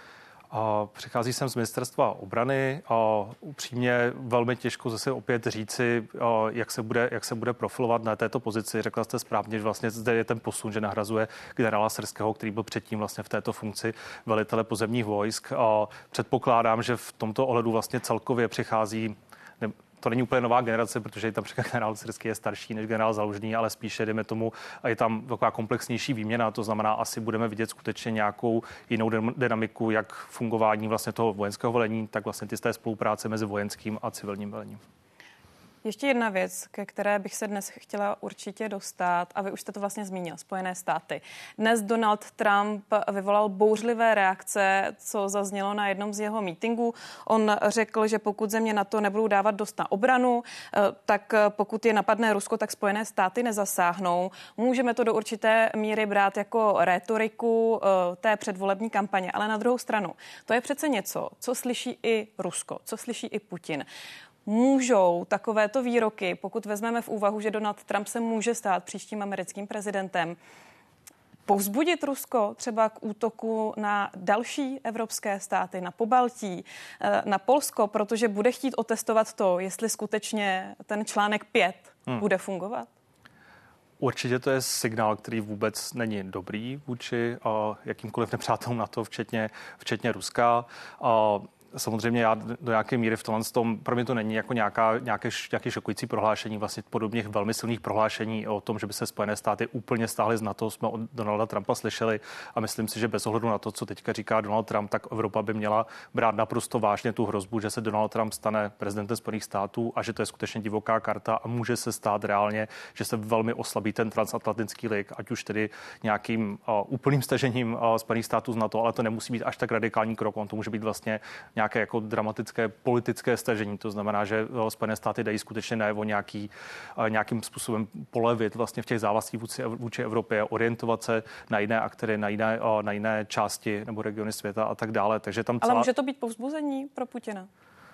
[SPEAKER 25] Přichází jsem z ministerstva obrany a upřímně velmi těžko zase opět říci, jak se bude profilovat na této pozici. Řekla jste správně, že vlastně zde je ten posun, že nahrazuje generála Syrského, který byl předtím vlastně v této funkci velitele pozemních vojsk. Předpokládám, že v tomto ohledu vlastně celkově přichází. To není úplně nová generace, protože tam generál Syrský je starší než generál Zalužný, ale spíše, jdeme tomu, je tam taková komplexnější výměna. To znamená, asi budeme vidět skutečně nějakou jinou dynamiku, jak fungování vlastně toho vojenského velení, tak vlastně ty spolupráce mezi vojenským a civilním velením.
[SPEAKER 1] Ještě jedna věc, ke které bych se dnes chtěla určitě dostat, a vy už jste to vlastně zmínil, Spojené státy. Dnes Donald Trump vyvolal bouřlivé reakce, co zaznělo na jednom z jeho mítinků. On řekl, že pokud země NATO nebudou dávat dost na obranu, tak pokud je napadne Rusko, tak Spojené státy nezasáhnou. Můžeme to do určité míry brát jako rétoriku té předvolební kampaně, ale na druhou stranu, to je přece něco, co slyší i Rusko, co slyší i Putin. Můžou takovéto výroky, pokud vezmeme v úvahu, že Donald Trump se může stát příštím americkým prezidentem, povzbudit Rusko třeba k útoku na další evropské státy, na Pobaltí, na Polsko, protože bude chtít otestovat to, jestli skutečně ten článek 5 bude fungovat?
[SPEAKER 25] Určitě to je signál, který vůbec není dobrý vůči jakýmkoliv nepřátelům NATO, včetně Ruska. Samozřejmě já do nějaké míry v tom, pro mě to není jako nějaké šokující prohlášení, vlastně podobných velmi silných prohlášení o tom, že by se Spojené státy úplně stáhly z NATO, jsme od Donalda Trumpa slyšeli a myslím si, že bez ohledu na to, co teďka říká Donald Trump, tak Evropa by měla brát naprosto vážně tu hrozbu, že se Donald Trump stane prezidentem Spojených států a že to je skutečně divoká karta a může se stát reálně, že se velmi oslabí ten transatlantický link, ať už tedy nějakým úplným stažením Spojených států z NATO, ale to nemusí být až tak radikální krok, on to může být vlastně nějaké jako dramatické politické stažení. To znamená, že Spojené státy dají skutečně najevo nějakým způsobem polevit vlastně v těch závazcích vůči Evropě, orientovat se na jiné aktéry, na jiné části nebo regiony světa a tak dále. Takže tam
[SPEAKER 1] Ale může to být povzbuzení pro Putina?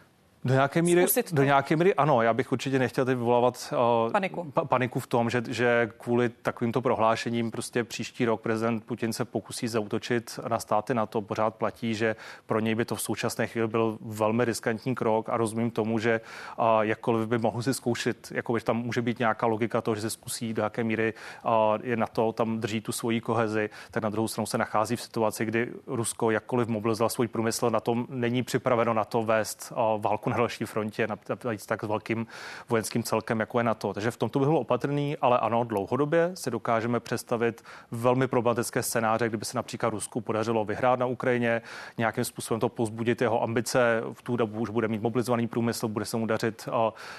[SPEAKER 25] Do nějaké míry ano, já bych určitě nechtěl teď vyvolávat paniku v tom, že kvůli takovýmto prohlášením prostě příští rok prezident Putin se pokusí zaútočit na státy NATO. Pořád platí, že pro něj by to v současné chvíli byl velmi riskantní krok a rozumím tomu, že jakkoliv by mohl si zkoušet, jakoby tam může být nějaká logika toho, že se zkusí do jaké míry je NATO tam drží tu svoji kohezi, tak na druhou stranu se nachází v situaci, kdy Rusko jakkoliv mobilizoval svůj průmysl, na tom není připraveno na to vést válku na další frontě, tak s velkým vojenským celkem, jako je NATO. Takže v tomto bych byl opatrný, ale ano, dlouhodobě si dokážeme představit velmi problematické scénáře, kdyby se například Rusku podařilo vyhrát na Ukrajině, nějakým způsobem to povzbudit jeho ambice, v tu dobu už bude mít mobilizovaný průmysl, bude se mu dařit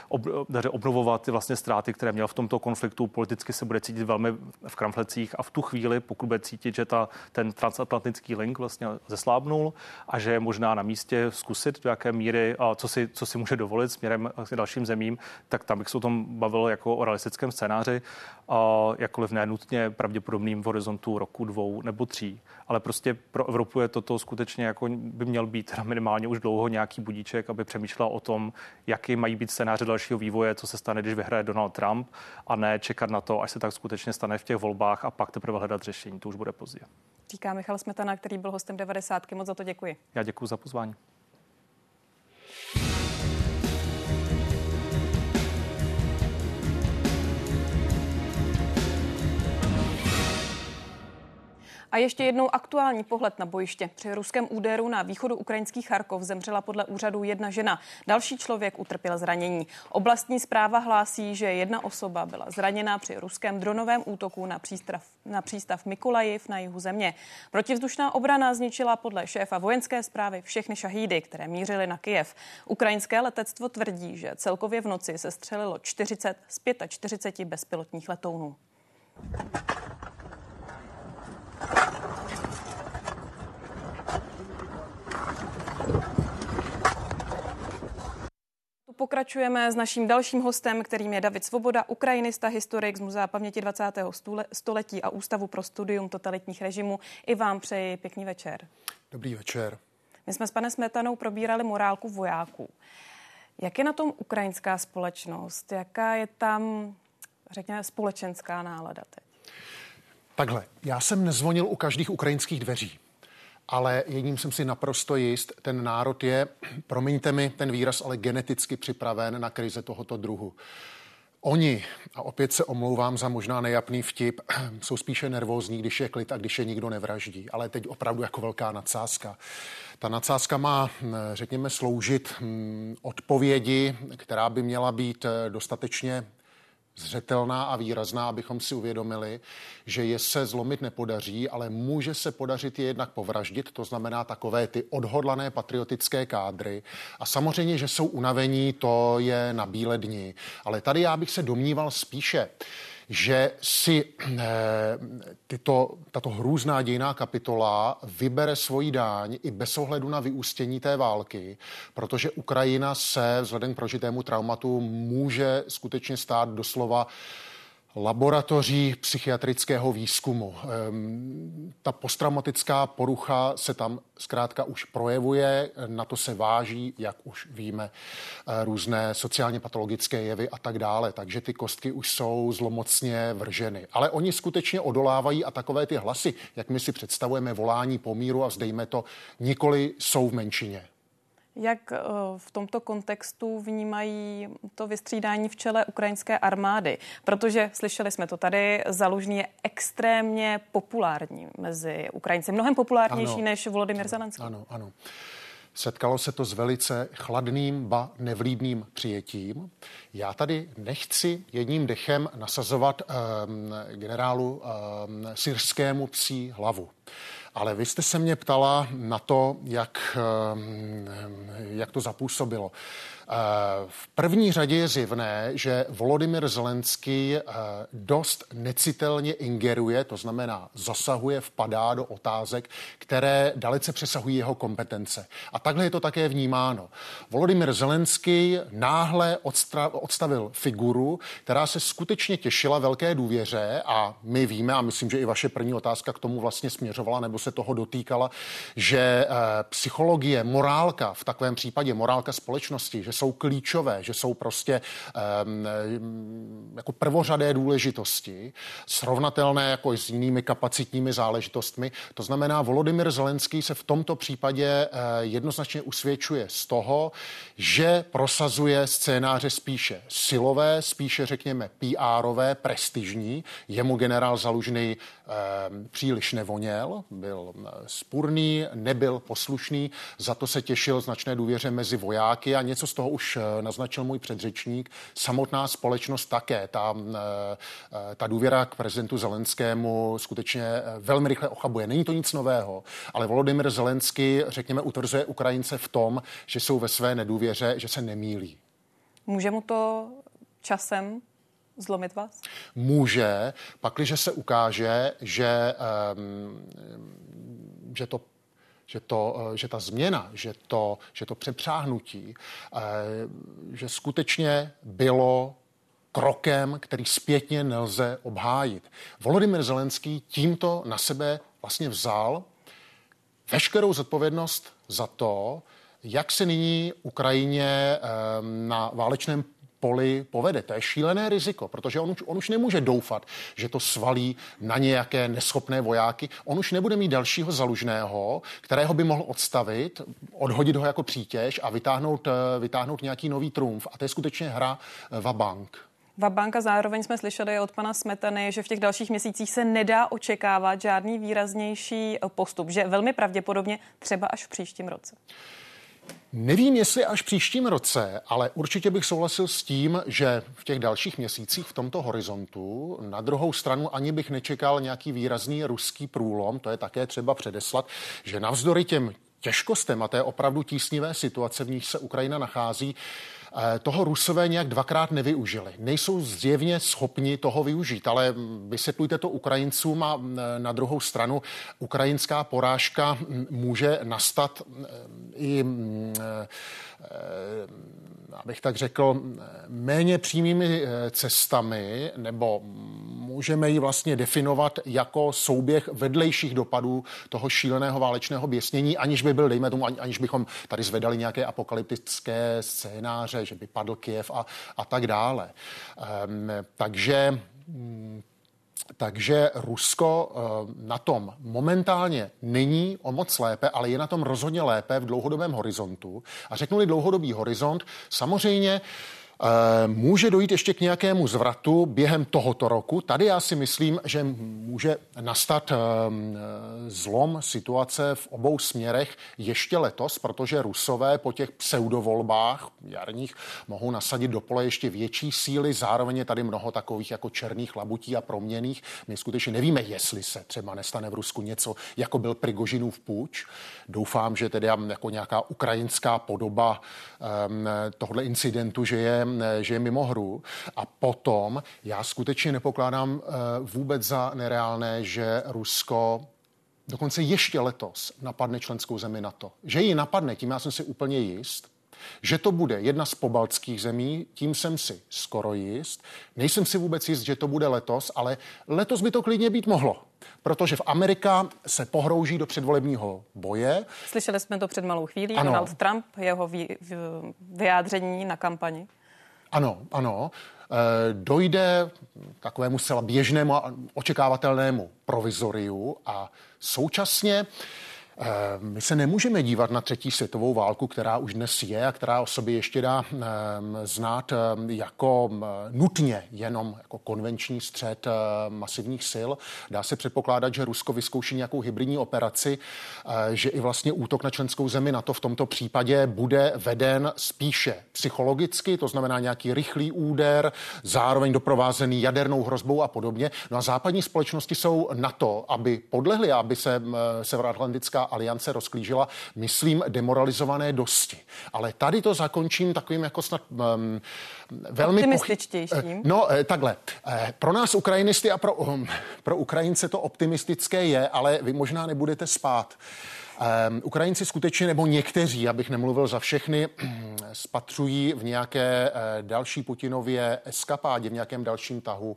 [SPEAKER 25] obnovovat ty vlastně ztráty, které měl v tomto konfliktu, politicky se bude cítit velmi v kramflecích a v tu chvíli, pokud bude cítit, že ten transatlantický link vlastně zeslábnul a že je možná na místě zkusit do jaké míry, co si může dovolit směrem k dalším zemím, tak tam bych se o tom bavil jako o realistickém scénáři, jakkoliv ne nutně pravděpodobným v horizontu roku, 2 nebo 3. Ale prostě pro Evropu je toto skutečně jako by měl být minimálně už dlouho nějaký budíček, aby přemýšlela o tom, jaký mají být scénáře dalšího vývoje, co se stane, když vyhraje Donald Trump, a ne čekat na to, až se tak skutečně stane v těch volbách a pak teprve hledat řešení. To už bude pozdě.
[SPEAKER 1] Říká Michal Smetana, který byl hostem 90. Moc za to děkuji.
[SPEAKER 25] Já děkuji za pozvání.
[SPEAKER 1] A ještě jednou aktuální pohled na bojiště. Při ruském úderu na východu ukrajinských Charkov zemřela podle úřadu jedna žena. Další člověk utrpěl zranění. Oblastní správa hlásí, že jedna osoba byla zraněna při ruském dronovém útoku na přístav Mykolajiv na jihu země. Protivzdušná obrana zničila podle šéfa vojenské správy všechny šahídy, které mířily na Kyjev. Ukrajinské letectvo tvrdí, že celkově v noci se střelilo 40 z 45 bezpilotních letounů. pokračujeme s naším dalším hostem, kterým je David Svoboda, ukrajinista, historik z Muzea paměti 20. století a Ústavu pro studium totalitních režimů. I vám přeji pěkný večer.
[SPEAKER 2] Dobrý večer.
[SPEAKER 1] My jsme s panem Smetanou probírali morálku vojáků. Jak je na tom ukrajinská společnost? Jaká je tam, řekněme, společenská nálada teď?
[SPEAKER 2] Takhle, já jsem nezvonil u každých ukrajinských dveří, ale jedním jsem si naprosto jist, ten národ je, promiňte mi ten výraz, ale geneticky připraven na krize tohoto druhu. Oni, a opět se omlouvám za možná nejapný vtip, jsou spíše nervózní, když je klid a když je nikdo nevraždí, ale teď opravdu jako velká nadsázka. Ta nadsázka má, řekněme, sloužit odpovědi, která by měla být dostatečně zřetelná a výrazná, abychom si uvědomili, že je se zlomit nepodaří, ale může se podařit je jednak povraždit, to znamená takové ty odhodlané patriotické kádry. A samozřejmě, že jsou unavení, to je na bílé dni. Ale tady já bych se domníval spíše, že si tato hrůzná dějinná kapitola vybere svoji daň i bez ohledu na vyústění té války, protože Ukrajina se vzhledem k prožitému traumatu může skutečně stát doslova laboratoří psychiatrického výzkumu. Ta posttraumatická porucha se tam zkrátka už projevuje, na to se váží, jak už víme, různé sociálně patologické jevy a tak dále. Takže ty kostky už jsou zlomocně vrženy. Ale oni skutečně odolávají a takové ty hlasy, jak my si představujeme volání po míru a vzdejme to, nikoli jsou v menšině.
[SPEAKER 1] Jak v tomto kontextu vnímají to vystřídání v čele ukrajinské armády? Protože, slyšeli jsme to tady, Zalužný je extrémně populární mezi Ukrajinci. Mnohem populárnější než Volodymyr Zelenský.
[SPEAKER 2] Ano. Setkalo se to s velice chladným, ba nevlídným přijetím. Já tady nechci jedním dechem nasazovat generálu syrskému psí hlavu. Ale vy jste se mě ptala na to, jak to zapůsobilo. V první řadě je zjevné, že Volodymyr Zelenský dost necitelně ingeruje, to znamená zasahuje, vpadá do otázek, které dalece přesahují jeho kompetence. A takhle je to také vnímáno. Volodymyr Zelenský náhle odstavil figuru, která se skutečně těšila velké důvěře a my víme, a myslím, že i vaše první otázka k tomu vlastně směřovala nebo se toho dotýkala, že psychologie, morálka, v takovém případě morálka společnosti, že jsou klíčové, že jsou prostě jako prvořadé důležitosti, srovnatelné jako s jinými kapacitními záležitostmi. To znamená, Volodymyr Zelenský se v tomto případě jednoznačně usvědčuje z toho, že prosazuje scénáře spíše silové, spíše řekněme PR-ové, prestižní. Jemu generál Zalužný příliš nevoněl, byl spurný, nebyl poslušný, za to se těšil značné důvěře mezi vojáky a něco z toho už naznačil můj předřečník. Samotná společnost také. Ta důvěra k prezidentu Zelenskému skutečně velmi rychle ochabuje. Není to nic nového, ale Volodymyr Zelenský, řekněme, utvrzuje Ukrajince v tom, že jsou ve své nedůvěře, že se nemýlí. Může mu to časem zlomit vás? Může, pakliže se ukáže, že ta změna, že to přepřáhnutí, že skutečně bylo krokem, který zpětně nelze obhájit. Volodymyr Zelenský tímto na sebe vlastně vzal veškerou zodpovědnost za to, jak se nyní Ukrajině na válečném poli povede. To je šílené riziko, protože on už nemůže doufat, že to svalí na nějaké neschopné vojáky. On už nebude mít dalšího Zalužného, kterého by mohl odstavit, odhodit ho jako přítěž a vytáhnout nějaký nový trumf. A to je skutečně hra vabank.
[SPEAKER 1] Vabanka, zároveň jsme slyšeli od pana Smetany, že v těch dalších měsících se nedá očekávat žádný výraznější postup, že velmi pravděpodobně třeba až v příštím roce.
[SPEAKER 2] Nevím, jestli až příštím roce, ale určitě bych souhlasil s tím, že v těch dalších měsících v tomto horizontu, na druhou stranu ani bych nečekal nějaký výrazný ruský průlom, to je také třeba předeslat, že navzdory těm těžkostem a té opravdu tísnivé situace, v níž se Ukrajina nachází, toho Rusové nějak dvakrát nevyužili. Nejsou zjevně schopni toho využít, ale vysvětlujte to Ukrajincům a na druhou stranu ukrajinská porážka může nastat i, abych tak řekl, méně přímými cestami, nebo můžeme ji vlastně definovat jako souběh vedlejších dopadů toho šíleného válečného běsnění, aniž by byl, dejme tomu, aniž bychom tady zvedali nějaké apokalyptické scénáře, že by padl Kyjev a tak dále. Takže Rusko na tom momentálně není o moc lépe, ale je na tom rozhodně lépe v dlouhodobém horizontu. A řeknu-li dlouhodobý horizont, samozřejmě může dojít ještě k nějakému zvratu během tohoto roku. Tady já si myslím, že může nastat zlom situace v obou směrech ještě letos, protože Rusové po těch pseudovolbách jarních mohou nasadit do pole ještě větší síly. Zároveň je tady mnoho takových jako černých labutí a proměnných. My skutečně nevíme, jestli se třeba nestane v Rusku něco, jako byl Prigožinův puč. Doufám, že tedy jako nějaká ukrajinská podoba tohle incidentu, že je mimo hru. A potom já skutečně nepokládám vůbec za nereálné, že Rusko dokonce ještě letos napadne členskou zemi NATO. Že ji napadne, tím já jsem si úplně jist. Že to bude jedna z pobaltských zemí, tím jsem si skoro jist. Nejsem si vůbec jist, že to bude letos, ale letos by to klidně být mohlo. Protože v Amerika se pohrouží do předvolebního boje.
[SPEAKER 1] Slyšeli jsme to před malou chvílí.
[SPEAKER 2] Ano.
[SPEAKER 1] Donald Trump, jeho vyjádření na kampani.
[SPEAKER 2] Ano. Dojde takovému zcela běžnému a očekávatelnému provizoriu a současně my se nemůžeme dívat na třetí světovou válku, která už dnes je a která o sobě ještě dá znát jako nutně jenom jako konvenční střet masivních sil. Dá se předpokládat, že Rusko vyzkouší nějakou hybridní operaci, že i vlastně útok na členskou zemi NATO v tomto případě bude veden spíše psychologicky, to znamená nějaký rychlý úder, zároveň doprovázený jadernou hrozbou a podobně. No a západní společnosti jsou na to, aby podlehly, aby se Severoatlantická aliance rozklížila, myslím, demoralizované dosti. Ale tady to zakončím takovým jako snad velmi
[SPEAKER 1] optimističtějším.
[SPEAKER 2] Takhle. Pro nás Ukrajinisty a pro Ukrajince to optimistické je, ale vy možná nebudete spát. Ukrajinci skutečně, nebo někteří, abych nemluvil za všechny, spatřují v nějaké další Putinově eskapádě, v nějakém dalším tahu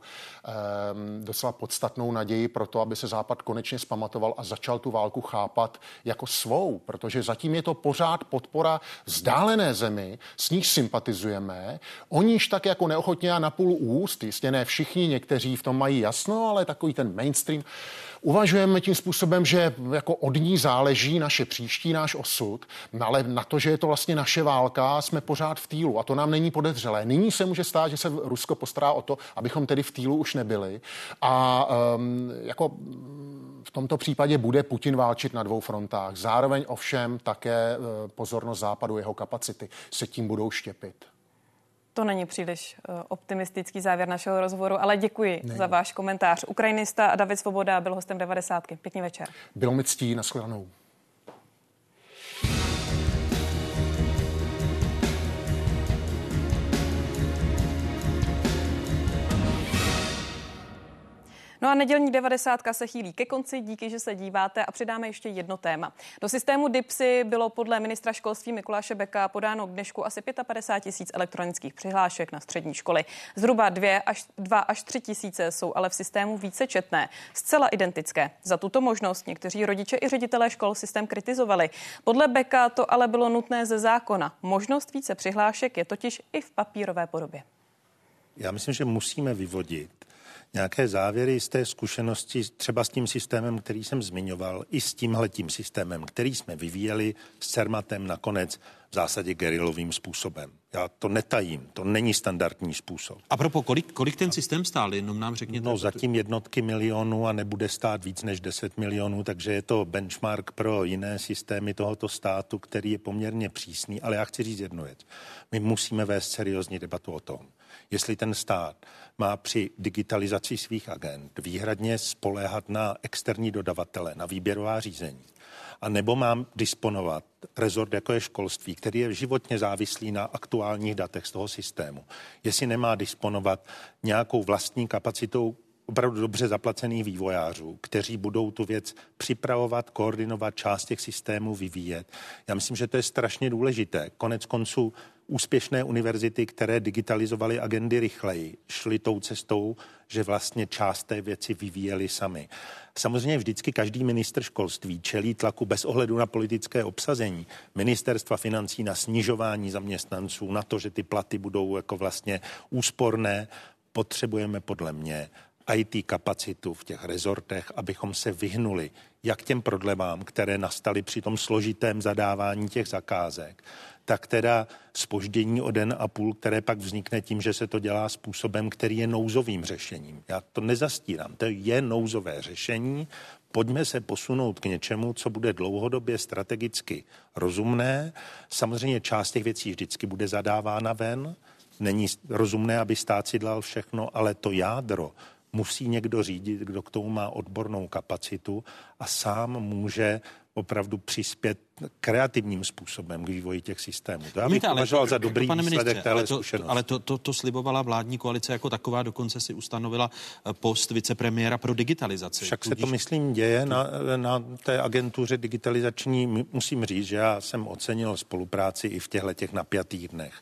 [SPEAKER 2] docela podstatnou naději pro to, aby se Západ konečně zpamatoval a začal tu válku chápat jako svou, protože zatím je to pořád podpora vzdálené zemi, s níž sympatizujeme, o níž tak jako neochotně a napůl úst, jistě ne všichni, někteří v tom mají jasno, ale takový ten mainstream, uvažujeme tím způsobem, že jako od ní záleží naše příští, náš osud, ale na to, že je to vlastně naše válka, jsme pořád v týlu a to nám není podezřelé. Nyní se může stát, že se Rusko postará o to, abychom tedy v týlu už nebyli a jako v tomto případě bude Putin válčit na dvou frontách. Zároveň ovšem také pozornost Západu, jeho kapacity se tím budou štěpit.
[SPEAKER 1] To není příliš optimistický závěr našeho rozhovoru, ale děkuji za váš komentář. Ukrajinista David Svoboda byl hostem 90. Pěkný večer.
[SPEAKER 2] Bylo mi ctí, nashledanou.
[SPEAKER 1] No a nedělní 90 se chýlí ke konci, díky, že se díváte a přidáme ještě jedno téma. Do systému DIPSy bylo podle ministra školství Mikuláše Beka podáno k dnešku asi 55 000 elektronických přihlášek na střední školy. Zhruba 2 až 3 tisíce jsou ale v systému vícečetné, zcela identické. Za tuto možnost někteří rodiče i ředitelé škol systém kritizovali. Podle Beka to ale bylo nutné ze zákona. Možnost více přihlášek je totiž i v papírové podobě.
[SPEAKER 10] Já myslím, že musíme vyvodit nějaké závěry z té zkušenosti třeba s tím systémem, který jsem zmiňoval, i s tímhletím systémem, který jsme vyvíjeli s Cermatem nakonec v zásadě gerilovým způsobem. Já to netajím, to není standardní způsob.
[SPEAKER 11] A propos, kolik ten systém stál, jenom nám řekněte?
[SPEAKER 10] No zatím jednotky milionů a nebude stát víc než 10 milionů, takže je to benchmark pro jiné systémy tohoto státu, který je poměrně přísný, ale já chci říct jednu věc. My musíme vést seriózní debatu o tom, jestli ten stát má při digitalizaci svých agend výhradně spoléhat na externí dodavatele, na výběrová řízení, a nebo mám disponovat rezort, jako je školství, který je životně závislý na aktuálních datech z toho systému. Jestli nemá disponovat nějakou vlastní kapacitou opravdu dobře zaplacených vývojářů, kteří budou tu věc připravovat, koordinovat, část těch systémů vyvíjet. Já myslím, že to je strašně důležité. Konec konců úspěšné univerzity, které digitalizovaly agendy rychleji, šly tou cestou, že vlastně část té věci vyvíjeli sami. Samozřejmě vždycky každý ministr školství čelí tlaku bez ohledu na politické obsazení ministerstva financí na snižování zaměstnanců, na to, že ty platy budou jako vlastně úsporné. Potřebujeme podle mě IT kapacitu v těch rezortech, abychom se vyhnuli jak těm prodlevám, které nastaly při tom složitém zadávání těch zakázek, tak teda zpoždění o den a půl, které pak vznikne tím, že se to dělá způsobem, který je nouzovým řešením. Já to nezastírám, to je nouzové řešení. Pojďme se posunout k něčemu, co bude dlouhodobě strategicky rozumné. Samozřejmě část těch věcí vždycky bude zadávána ven. Není rozumné, aby stát si dělal všechno, ale to jádro musí někdo řídit, kdo k tomu má odbornou kapacitu a sám může opravdu přispět kreativním způsobem k vývoji těch systémů. To já bych považoval za dobrý výsledek téhle zkušenosti.
[SPEAKER 11] Ale to slibovala vládní koalice jako taková, dokonce si ustanovila post vicepremiéra pro digitalizaci.
[SPEAKER 10] Však se to, myslím, děje na té agentuře digitalizační. Musím říct, že já jsem ocenil spolupráci i v těch napjatých dnech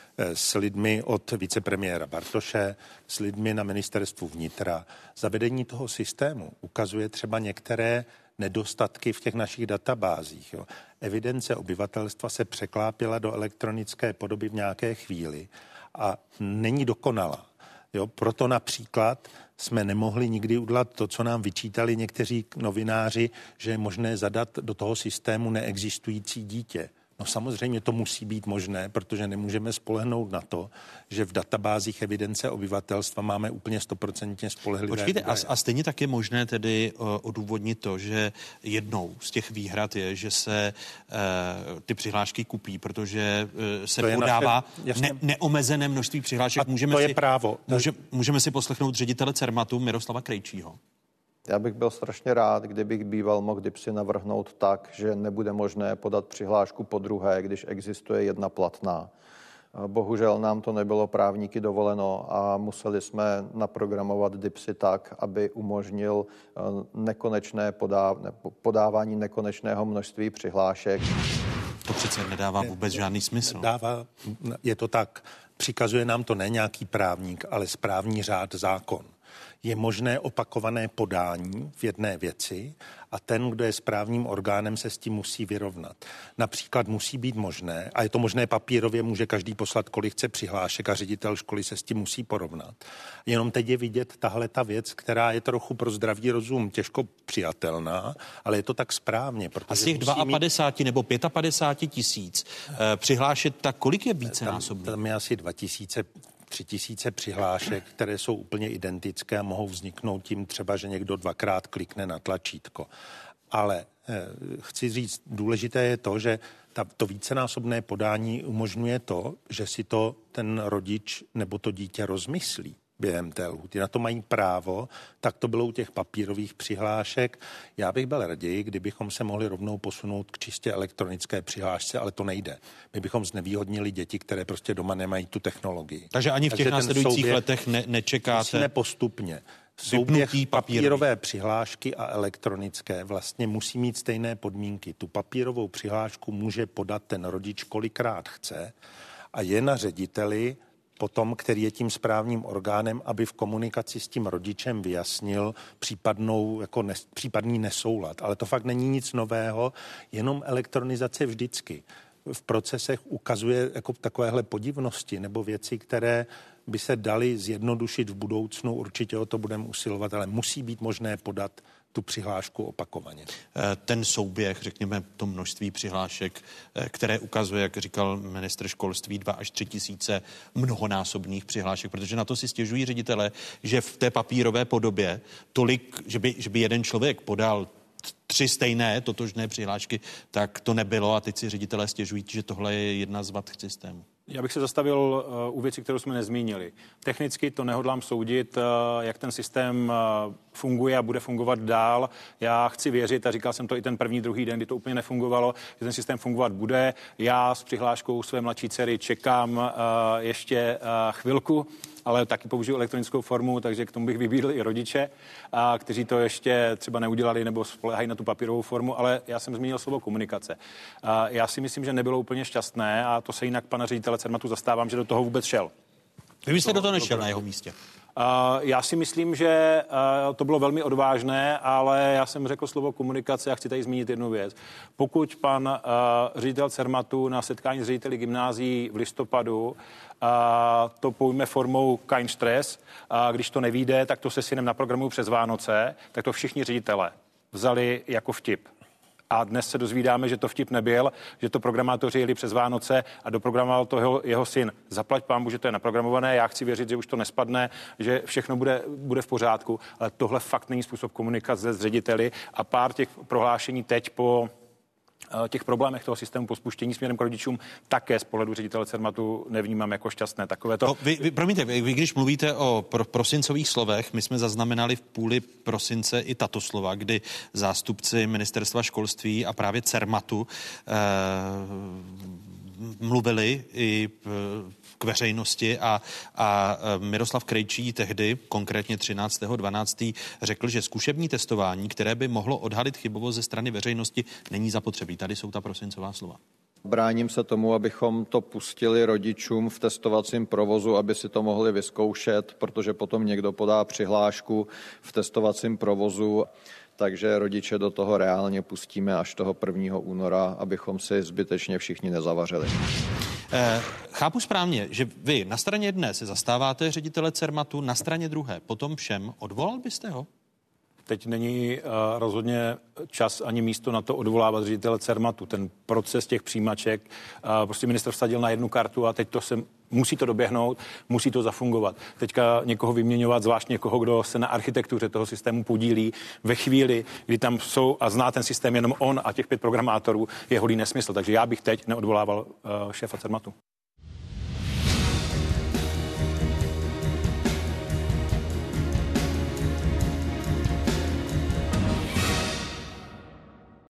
[SPEAKER 10] s lidmi od vicepremiéra Bartoše, s lidmi na ministerstvu vnitra. Zavedení toho systému ukazuje třeba některé nedostatky v těch našich databázích. Jo. Evidence obyvatelstva se překlápěla do elektronické podoby v nějaké chvíli a není dokonalá. Jo. Proto například jsme nemohli nikdy udělat to, co nám vyčítali někteří novináři, že je možné zadat do toho systému neexistující dítě. No samozřejmě to musí být možné, protože nemůžeme spolehnout na to, že v databázích evidence obyvatelstva máme úplně 100% spolehlivé.
[SPEAKER 11] Počkejte, a stejně tak je možné tedy odůvodnit to, že jednou z těch výhrad je, že se ty přihlášky kupí, protože se podává neomezené množství přihlášek. Můžeme si poslechnout ředitele Cermatu Miroslava Krejčího.
[SPEAKER 12] Já bych byl strašně rád, kdybych býval mohl DIPSy navrhnout tak, že nebude možné podat přihlášku po druhé, když existuje jedna platná. Bohužel nám to nebylo právníky dovoleno a museli jsme naprogramovat DIPSy tak, aby umožnil podávání nekonečného množství přihlášek.
[SPEAKER 11] To přece nedává vůbec žádný smysl.
[SPEAKER 10] Je to tak. Přikazuje nám to ne nějaký právník, ale správní řád, zákon. Je možné opakované podání v jedné věci a ten, kdo je správním orgánem, se s tím musí vyrovnat. Například musí být možné, a je to možné papírově, může každý poslat, kolik chce přihlášek a ředitel školy se s tím musí porovnat. Jenom teď je vidět tahle ta věc, která je trochu pro zdravý rozum těžko přijatelná, ale je to tak správně.
[SPEAKER 11] A z těch 52 nebo 55 tisíc přihlášet, tak kolik je více násobně?
[SPEAKER 10] Tam je asi 3 000 přihlášek, které jsou úplně identické a mohou vzniknout tím třeba, že někdo dvakrát klikne na tlačítko. Ale chci říct, důležité je to, že to vícenásobné podání umožňuje to, že si to ten rodič nebo to dítě rozmyslí během té lhůty. Na to mají právo, tak to bylo u těch papírových přihlášek. Já bych byl raději, kdybychom se mohli rovnou posunout k čistě elektronické přihlášce, ale to nejde. My bychom znevýhodnili děti, které prostě doma nemají tu technologii.
[SPEAKER 11] Takže ani v těch následujících letech nečekáte?
[SPEAKER 10] Musíme postupně. Souběh papírové přihlášky a elektronické vlastně musí mít stejné podmínky. Tu papírovou přihlášku může podat ten rodič kolikrát chce a je na řediteli potom, který je tím správním orgánem, aby v komunikaci s tím rodičem vyjasnil případný nesoulad. Ale to fakt není nic nového, jenom elektronizace vždycky v procesech ukazuje jako takovéhle podivnosti nebo věci, které by se daly zjednodušit v budoucnu. Určitě o to budeme usilovat, ale musí být možné podat tu přihlášku opakovaně.
[SPEAKER 11] Ten souběh, řekněme, to množství přihlášek, které ukazuje, jak říkal ministr školství, 2 až 3 tisíce mnohonásobných přihlášek, protože na to si stěžují ředitele, že v té papírové podobě tolik, že by jeden člověk podal 3 stejné totožné přihlášky, tak to nebylo a teď si ředitelé stěžují, že tohle je jedna z vad systému.
[SPEAKER 18] Já bych se zastavil u věcí, kterou jsme nezmínili. Technicky to nehodlám soudit, jak ten systém funguje a bude fungovat dál. Já chci věřit, a říkal jsem to i ten první, druhý den, kdy to úplně nefungovalo, že ten systém fungovat bude. Já s přihláškou své mladší dcery čekám ještě chvilku, ale taky použiju elektronickou formu, takže k tomu bych vybídl i rodiče, kteří to ještě třeba neudělali nebo spoléhají na tu papírovou formu, ale já jsem zmínil slovo komunikace. Já si myslím, že nebylo úplně šťastné a to se jinak pana ředitele Cermatu zastávám, že do toho vůbec šel.
[SPEAKER 11] Vy byste do toho nešel na jeho místě?
[SPEAKER 18] Já si myslím, že to bylo velmi odvážné, ale já jsem řekl slovo komunikace a chci tady zmínit jednu věc. Pokud pan ředitel Cermatu na setkání s řediteli gymnázií v listopadu to pojme formou kein Stress, když to nevyjde, tak to se synem naprogramují přes Vánoce, tak to všichni ředitelé vzali jako vtip. A dnes se dozvídáme, že to vtip nebyl, že to programátoři jeli přes Vánoce a doprogramoval to jeho syn. Zaplať pánbu, že to je naprogramované, já chci věřit, že už to nespadne, že všechno bude v pořádku, ale tohle fakt není způsob komunikace s řediteli a pár těch prohlášení teď po těch problémech toho systému po spuštění směrem k rodičům také z pohledu ředitele Cermatu nevnímám jako šťastné. Takové to...
[SPEAKER 11] Promiňte, vy když mluvíte o prosincových slovech, my jsme zaznamenali v půli prosince i tato slova, kdy zástupci ministerstva školství a právě Cermatu mluvili i k veřejnosti a Miroslav Krejčí tehdy, konkrétně 13.12. řekl, že zkušební testování, které by mohlo odhalit chybovost ze strany veřejnosti, není zapotřebí. Tady jsou ta prosincová slova.
[SPEAKER 12] Bráním se tomu, abychom to pustili rodičům v testovacím provozu, aby si to mohli vyzkoušet, protože potom někdo podá přihlášku v testovacím provozu, takže rodiče do toho reálně pustíme až toho 1. února, abychom si zbytečně všichni nezavařili.
[SPEAKER 11] Chápu správně, že vy na straně jedné se zastáváte ředitele Cermatu, na straně druhé potom všem. Odvolal byste ho?
[SPEAKER 18] Teď není rozhodně čas ani místo na to odvolávat ředitele Cermatu. Ten proces těch přijímaček, prostě ministr vsadil na jednu kartu a teď musí to doběhnout, musí to zafungovat. Teďka někoho vyměňovat, zvlášť někoho, kdo se na architektuře toho systému podílí ve chvíli, kdy tam jsou a zná ten systém jenom on a těch 5 programátorů, je holý nesmysl. Takže já bych teď neodvolával šéfa Cermatu.